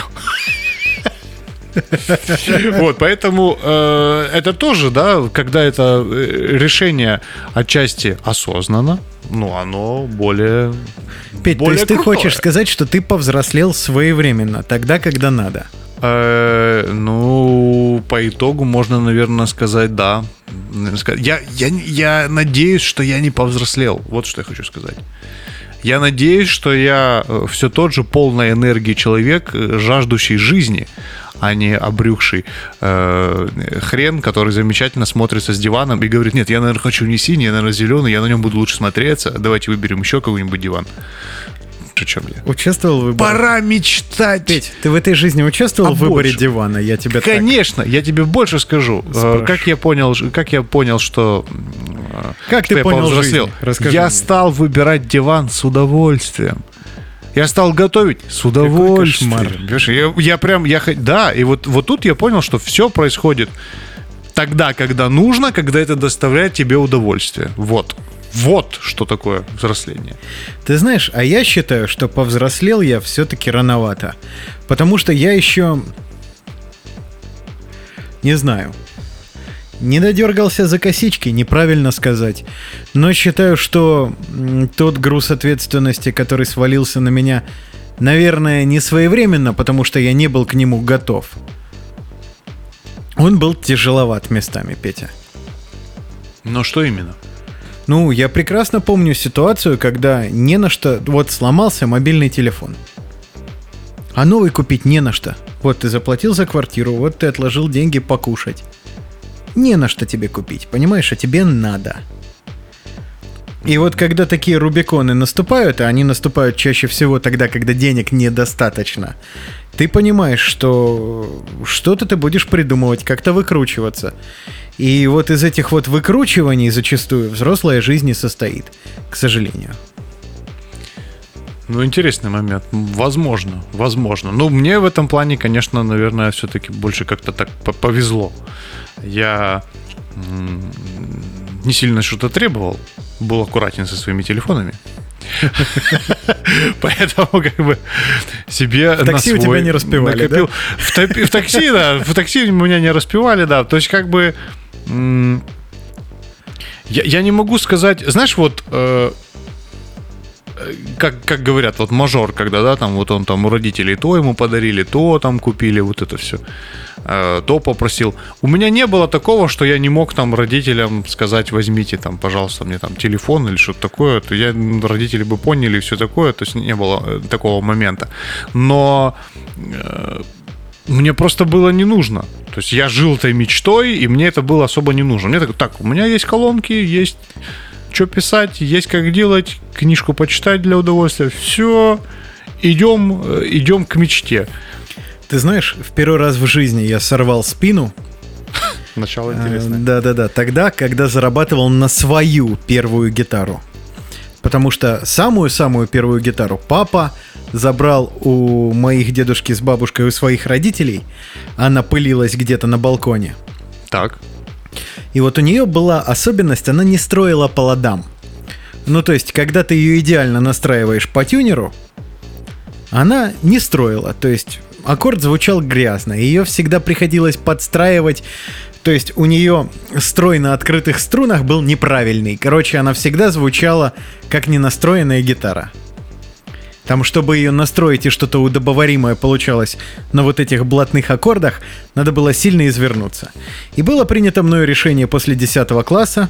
Вот, поэтому э, это тоже, да, когда это э, решение отчасти осознанно, ну, оно более... Петь, то более есть ты крутое. хочешь сказать, что ты повзрослел своевременно, тогда, когда надо? Э, ну, по итогу можно, наверное, сказать да. Я, я, я надеюсь, что я не повзрослел. Вот что я хочу сказать. Я надеюсь, что я все тот же полной энергии человек, жаждущий жизни, а не обрюхший э, хрен, который замечательно смотрится с диваном и говорит: нет, я, наверное, хочу не синий, я, наверное, зеленый, я на нем буду лучше смотреться, давайте выберем еще какой-нибудь диван. О чем я? Участвовал в выборе? Пора мечтать! Петь, ты в этой жизни участвовал А в выборе больше? дивана? Я тебя так... Конечно, я тебе больше скажу. Э, Спрошу. Как я понял, как я понял, что э, Как что ты я понял повзрослел? жизнь? Расскажи Я мне. стал выбирать диван с удовольствием. Я стал готовить с удовольствием. кошмар. Понимаешь, Я, я прям, я, хо- да, и вот, вот тут я понял, что все происходит тогда, когда нужно, когда это доставляет тебе удовольствие. Вот. Вот что такое взросление. Ты знаешь, а я считаю, что повзрослел я все-таки рановато. Потому что я еще... Не знаю. Не додергался за косички, неправильно сказать. Но считаю, что м, тот груз ответственности, который свалился на меня, наверное, не своевременно, потому что я не был к нему готов. Он был тяжеловат местами, Петя. Но что именно? Ну, я прекрасно помню ситуацию, когда не на что... Вот сломался мобильный телефон. А новый купить не на что. Вот ты заплатил за квартиру, вот ты отложил деньги покушать. Не на что тебе купить, понимаешь? А тебе надо. И вот когда такие рубиконы наступают, а они наступают чаще всего тогда, когда денег недостаточно, ты понимаешь, что что-то ты будешь придумывать, как-то выкручиваться. И вот из этих вот выкручиваний зачастую взрослая жизнь и состоит, к сожалению. Ну, интересный момент. Возможно, возможно. Ну, мне в этом плане, конечно, наверное, все-таки больше как-то так повезло. Я м- не сильно что-то требовал, был аккуратен со своими телефонами. Поэтому как бы себе в такси у тебя не распевали, накопил. Да? В, в такси, да, в такси меня не распевали, да. То есть как бы м- я, я не могу сказать, знаешь, вот э, как, как говорят, вот мажор, когда, да, там вот он там у родителей то ему подарили, то там купили, вот это все, э, то попросил. У меня не было такого, что я не мог там родителям сказать, возьмите там, пожалуйста, мне там телефон или что-то такое, то я, родители бы поняли и все такое, то есть не было такого момента. Но э, мне просто было не нужно. То есть я жил этой мечтой, и мне это было особо не нужно. Мне так, так, у меня есть колонки, есть что писать, есть как делать, книжку почитать для удовольствия. Все, идем, идем к мечте. Ты знаешь, в первый раз в жизни я сорвал спину. Начало интересное. Да-да-да, тогда, когда зарабатывал на свою первую гитару. Потому что самую-самую первую гитару папа забрал у моих дедушки с бабушкой, у своих родителей. Она пылилась где-то на балконе. Так. И вот у нее была особенность, она не строила по ладам. Ну, то есть, когда ты ее идеально настраиваешь по тюнеру, она не строила. То есть, аккорд звучал грязно, ее всегда приходилось подстраивать. То есть, у нее строй на открытых струнах был неправильный. Короче, она всегда звучала как ненастроенная гитара. Там, чтобы ее настроить и что-то удобоваримое получалось на вот этих блатных аккордах, надо было сильно извернуться. И было принято мною решение после десятого класса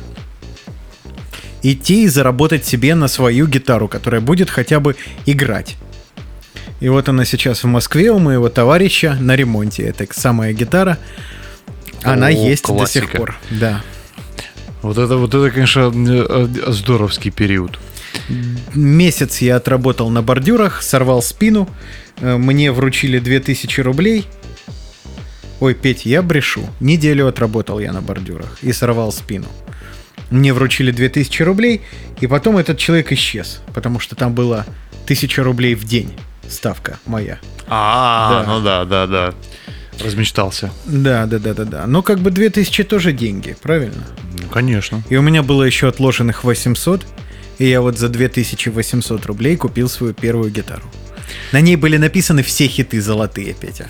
идти и заработать себе на свою гитару, которая будет хотя бы играть. И вот она сейчас в Москве у моего товарища на ремонте. Это самая гитара. Она О, есть классика. До сих пор. Да. Вот это, вот это, конечно, здоровский период. Месяц я отработал на бордюрах, сорвал спину. Мне вручили две тысячи рублей. Ой, Петь, я брешу. Неделю отработал я на бордюрах и сорвал спину. Мне вручили две тысячи рублей, и потом этот человек исчез, потому что там было тысяча рублей в день ставка моя. А, да. ну да, да, да. Размечтался. Да, да, да, да, да. Но как бы две тысячи тоже деньги, правильно? Ну, конечно. И у меня было еще отложенных восемьсот. И я вот за две тысячи восемьсот рублей купил свою первую гитару. На ней были написаны все хиты золотые, Петя.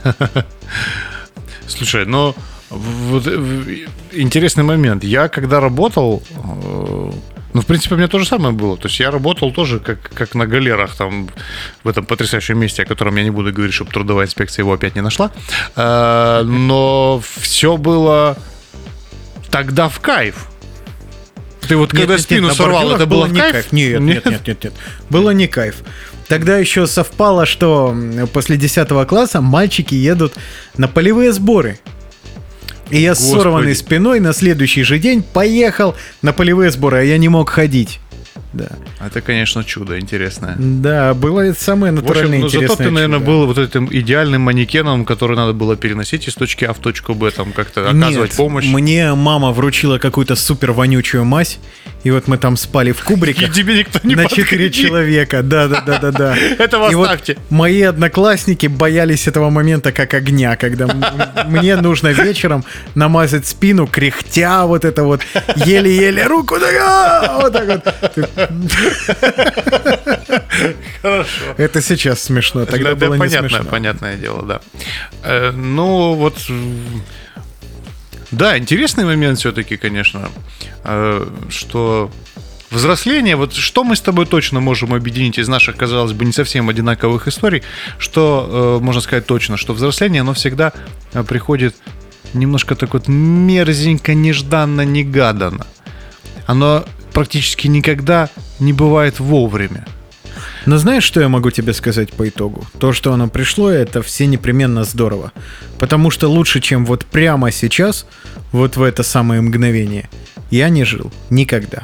Слушай, но вот, интересный момент. Я когда работал, ну, в принципе, у меня то же самое было. То есть я работал тоже как, как на галерах там, в этом потрясающем месте, о котором я не буду говорить, чтобы трудовая инспекция его опять не нашла. Но все было тогда в кайф. Ты вот нет, когда нет, спину нет, сорвал, это было, было не кайф? кайф? Нет, нет, нет, нет, нет. Было не кайф. Тогда еще совпало, что после десятого класса мальчики едут на полевые сборы. И я Господи. с сорванной спиной на следующий же день поехал на полевые сборы, а я не мог ходить. Да. Это, конечно, чудо интересное. Да, было это самое натуральное, в общем, ну, интересное зато ты, чудо. наверное, был вот этим идеальным манекеном, который надо было переносить из точки А в точку Б, там как-то оказывать Нет, помощь. Мне мама вручила какую-то супер вонючую мазь, и вот мы там спали в кубриках. И тебе никто не на четыре человека. Да, да, да, да, да. Этого оставьте. Вот мои одноклассники боялись этого момента как огня, когда мне нужно вечером намазать спину, кряхтя вот это вот, еле-еле руку, вот так вот. Хорошо. Это сейчас смешно, тогда да, было да, не понятное, смешно. Понятное дело, да. Э, ну, вот... Да, интересный момент все-таки, конечно, э, что взросление, вот что мы с тобой точно можем объединить из наших, казалось бы, не совсем одинаковых историй, что э, можно сказать точно, что взросление, оно всегда приходит немножко так вот мерзенько, нежданно, негаданно. Оно практически никогда не бывает вовремя. Но знаешь, что я могу тебе сказать по итогу? То, что оно пришло, это все непременно здорово. Потому что лучше, чем вот прямо сейчас, вот в это самое мгновение, я не жил никогда.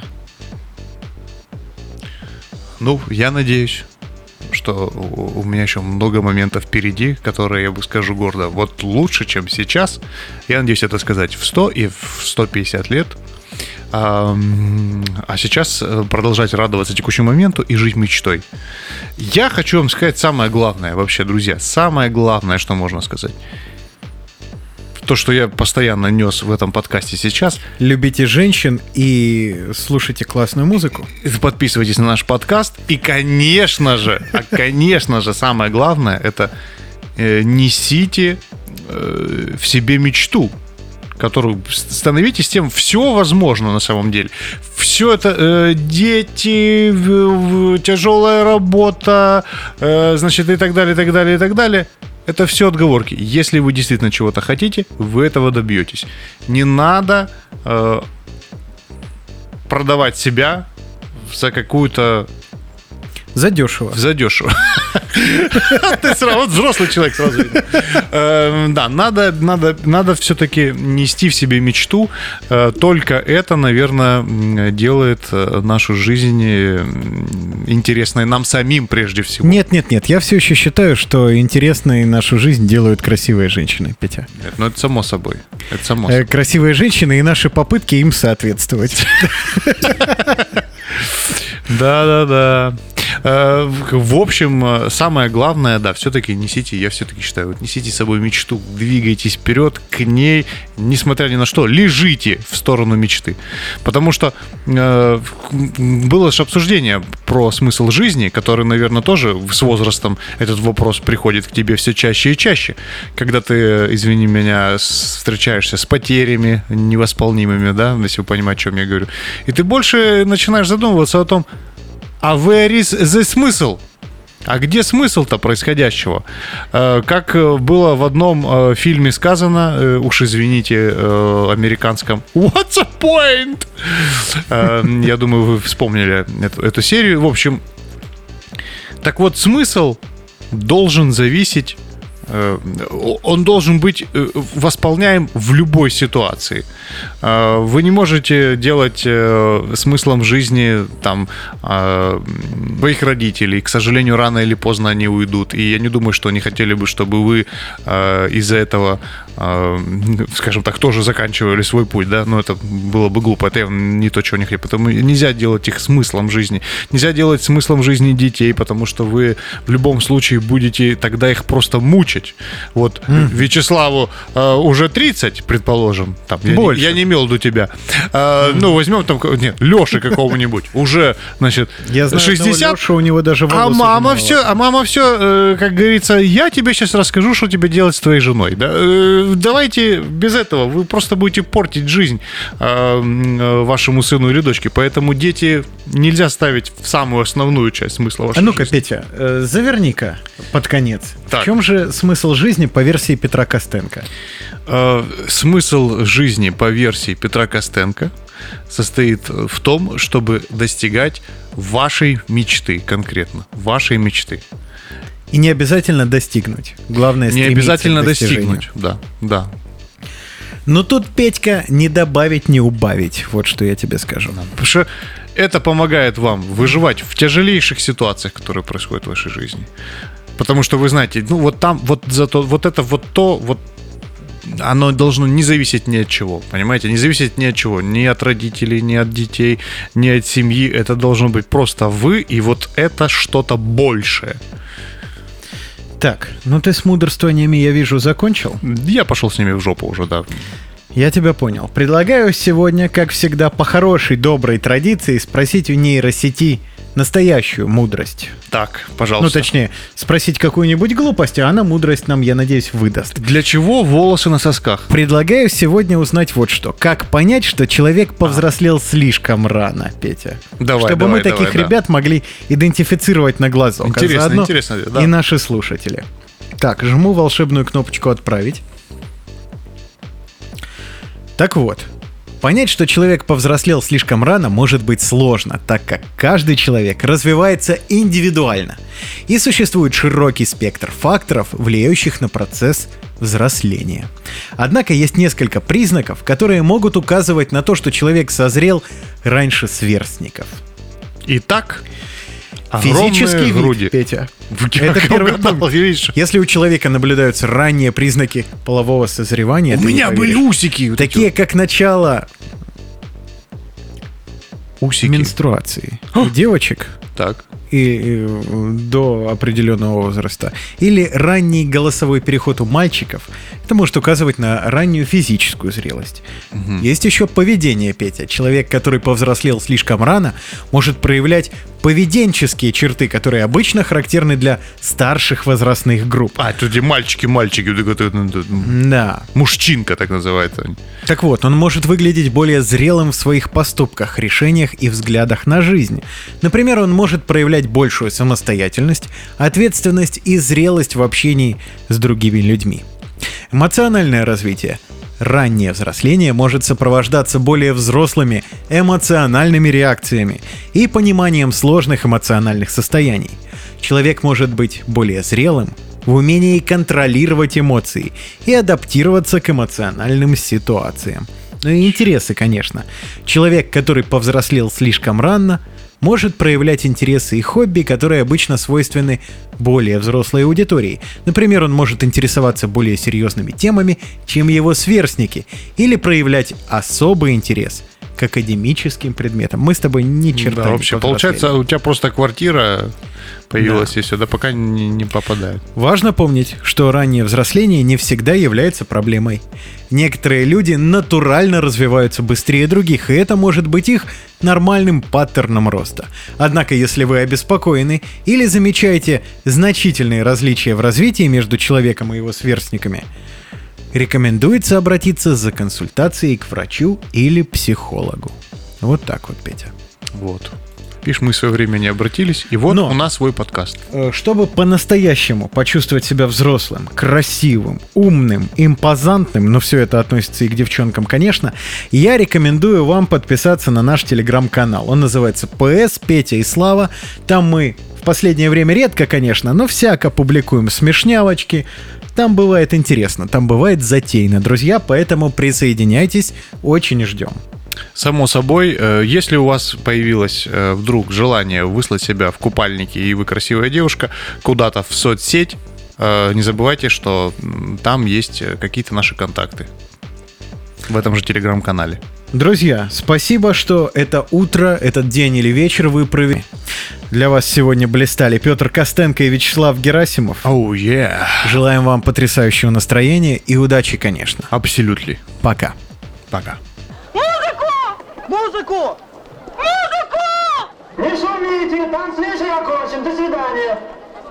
Ну, я надеюсь, что у меня еще много моментов впереди, которые я бы скажу гордо. Вот лучше, чем сейчас. Я надеюсь это сказать в сто и в сто пятьдесят лет. А, а сейчас продолжать радоваться текущему моменту и жить мечтой. Я хочу вам сказать самое главное вообще, друзья. Самое главное, что можно сказать. То, что я постоянно нес в этом подкасте сейчас. Любите женщин и слушайте классную музыку. Подписывайтесь на наш подкаст. И, конечно же, а, конечно же, самое главное, это э, несите э, в себе мечту, которую становитесь тем, все возможно на самом деле. Все это э, дети, в, в, тяжелая работа, э, значит, и так далее, и так далее, и так далее. Это все отговорки. Если вы действительно чего-то хотите, вы этого добьетесь. Не надо э, продавать себя за какую-то... Задешево. Задешево. Ты сразу, вот взрослый человек сразу видно. Да, надо, надо, надо все-таки нести в себе мечту. Только это, наверное, делает нашу жизнь интересной нам самим прежде всего. Нет, нет, нет. Я все еще считаю, что интересной нашу жизнь делают красивые женщины, Петя. Нет, ну это само собой. Это само собой. Красивые женщины и наши попытки им соответствовать. Да-да-да. В общем, самое главное, да, все-таки несите, я все-таки считаю, вот несите с собой мечту, двигайтесь вперед к ней, несмотря ни на что, лежите в сторону мечты. Потому что э, было же обсуждение про смысл жизни, который, наверное, тоже с возрастом этот вопрос приходит к тебе все чаще и чаще. Когда ты, извини меня, встречаешься с потерями невосполнимыми, да, если вы понимаете, о чем я говорю, и ты больше начинаешь задумываться о том, а where is the смысл? А где смысл-то происходящего? Как было в одном фильме сказано, уж извините, американском, what's the point? Я думаю, вы вспомнили эту, эту серию. В общем, так вот, смысл должен зависеть, он должен быть восполняем в любой ситуации. Вы не можете делать смыслом жизни там своих родителей. К сожалению, рано или поздно они уйдут. И я не думаю, что они хотели бы, чтобы вы из-за этого, скажем так, тоже заканчивали свой путь. Да? Но это было бы глупо. Это не то, чего не хотели. Потому нельзя делать их смыслом жизни. Нельзя делать смыслом жизни детей, потому что вы в любом случае будете тогда их просто мучить. Вот mm. Вячеславу э, уже тридцать, предположим. Там, я, не, я не имел в виду тебя. Э, mm. Ну, возьмем там, нет, Леши какого-нибудь. Уже, значит, я знаю, шестьдесят. Леша, у него даже волосы. А мама все, а мама все, э, как говорится, я тебе сейчас расскажу, что тебе делать с твоей женой. Да? Э, давайте без этого. Вы просто будете портить жизнь э, э, вашему сыну или дочке. Поэтому дети нельзя ставить в самую основную часть смысла вашей жизни. А ну-ка, жизни. Петя, э, заверни-ка под конец. Так. В чем же смысл жизни по версии Петра Костенко? Э, смысл жизни по версии Петра Костенко состоит в том, чтобы достигать вашей мечты конкретно. Вашей мечты. И не обязательно достигнуть. Главное, не обязательно достигнуть, да, да. Но тут, Петька, не добавить, не убавить. Вот что я тебе скажу. Потому что это помогает вам выживать в тяжелейших ситуациях, которые происходят в вашей жизни. Потому что вы знаете, ну вот там, вот зато, вот это, вот то, вот оно должно не зависеть ни от чего, понимаете? Не зависеть ни от чего, ни от родителей, ни от детей, ни от семьи. Это должно быть просто вы, и вот это что-то большее. Так, ну ты с мудрствованиями, я вижу, закончил? Я пошел с ними в жопу уже, да. Я тебя понял. Предлагаю сегодня, как всегда, по хорошей, доброй традиции спросить у нейросети настоящую мудрость. Так, пожалуйста. Ну, точнее, спросить какую-нибудь глупость, а она мудрость нам, я надеюсь, выдаст. Для чего волосы на сосках? Предлагаю сегодня узнать вот что. Как понять, что человек повзрослел а. слишком рано, Петя? Давай, Чтобы давай, мы таких давай, ребят да. могли идентифицировать на глазок. Интересно, а заодно интересно. Да. И наши слушатели. Так, жму волшебную кнопочку «Отправить». Так вот, понять, что человек повзрослел слишком рано, может быть сложно, так как каждый человек развивается индивидуально. И существует широкий спектр факторов, влияющих на процесс взросления. Однако есть несколько признаков, которые могут указывать на то, что человек созрел раньше сверстников. Итак, Физический вид, груди. Петя. Я Это первый угадал, пункт. видишь? Если у человека наблюдаются ранние признаки полового созревания, У ты не меня были поверишь. усики. вот эти Такие, как начало вот. Усики. менструации у девочек Так. и, и до определенного возраста, или ранний голосовой переход у мальчиков, это может указывать на раннюю физическую зрелость. Мгм. Есть еще поведение, Петя. Человек, который повзрослел слишком рано, может проявлять поведенческие черты, которые обычно характерны для старших возрастных групп. А, тут где мальчики-мальчики. вот это вот, вот, вот, Да. Мужчинка так называется. Так вот, он может выглядеть более зрелым в своих поступках, решениях и взглядах на жизнь. Например, он может проявлять большую самостоятельность, ответственность и зрелость в общении с другими людьми. Эмоциональное развитие. Раннее взросление может сопровождаться более взрослыми эмоциональными реакциями и пониманием сложных эмоциональных состояний. Человек может быть более зрелым в умении контролировать эмоции и адаптироваться к эмоциональным ситуациям. Ну и интересы, конечно. Человек, который повзрослел слишком рано, может проявлять интересы и хобби, которые обычно свойственны более взрослой аудитории. Например, он может интересоваться более серьезными темами, чем его сверстники, или проявлять особый интерес к академическим предметам. Мы с тобой ни черта Да, не вообще, повзрослели. получается, у тебя просто квартира появилась, и сюда пока не, не попадает. Важно помнить, что раннее взросление не всегда является проблемой. Некоторые люди натурально развиваются быстрее других, и это может быть их нормальным паттерном роста. Однако, если вы обеспокоены или замечаете значительные различия в развитии между человеком и его сверстниками, рекомендуется обратиться за консультацией к врачу или психологу. Вот так вот, Петя. Вот. Видишь, мы в свое время не обратились, и вот Но- у нас свой подкаст. Э, Чтобы по-настоящему почувствовать себя взрослым, красивым, умным, импозантным, но все это относится и к девчонкам, конечно, я рекомендую вам подписаться на наш телеграм-канал. Он называется ПС Петя и Слава. Там мы в последнее время редко, конечно, но всяко публикуем смешнявочки. Там бывает интересно, там бывает затейно, друзья, поэтому присоединяйтесь, очень ждем. Само собой, э, если у вас появилось э, вдруг желание выслать себя в купальнике, и вы красивая девушка, куда-то в соцсеть, э, не забывайте, что м, там есть э, какие-то наши контакты в этом же телеграм-канале. Друзья, спасибо, что это утро, этот день или вечер вы провели. Для вас сегодня блистали Петр Костенко и Вячеслав Герасимов. Оу, yeah. Желаем вам потрясающего настроения и удачи, конечно. Абсолютно. Пока. Пока. Музыку! Музыку! Не шумите, танцвишь окончен. До свидания.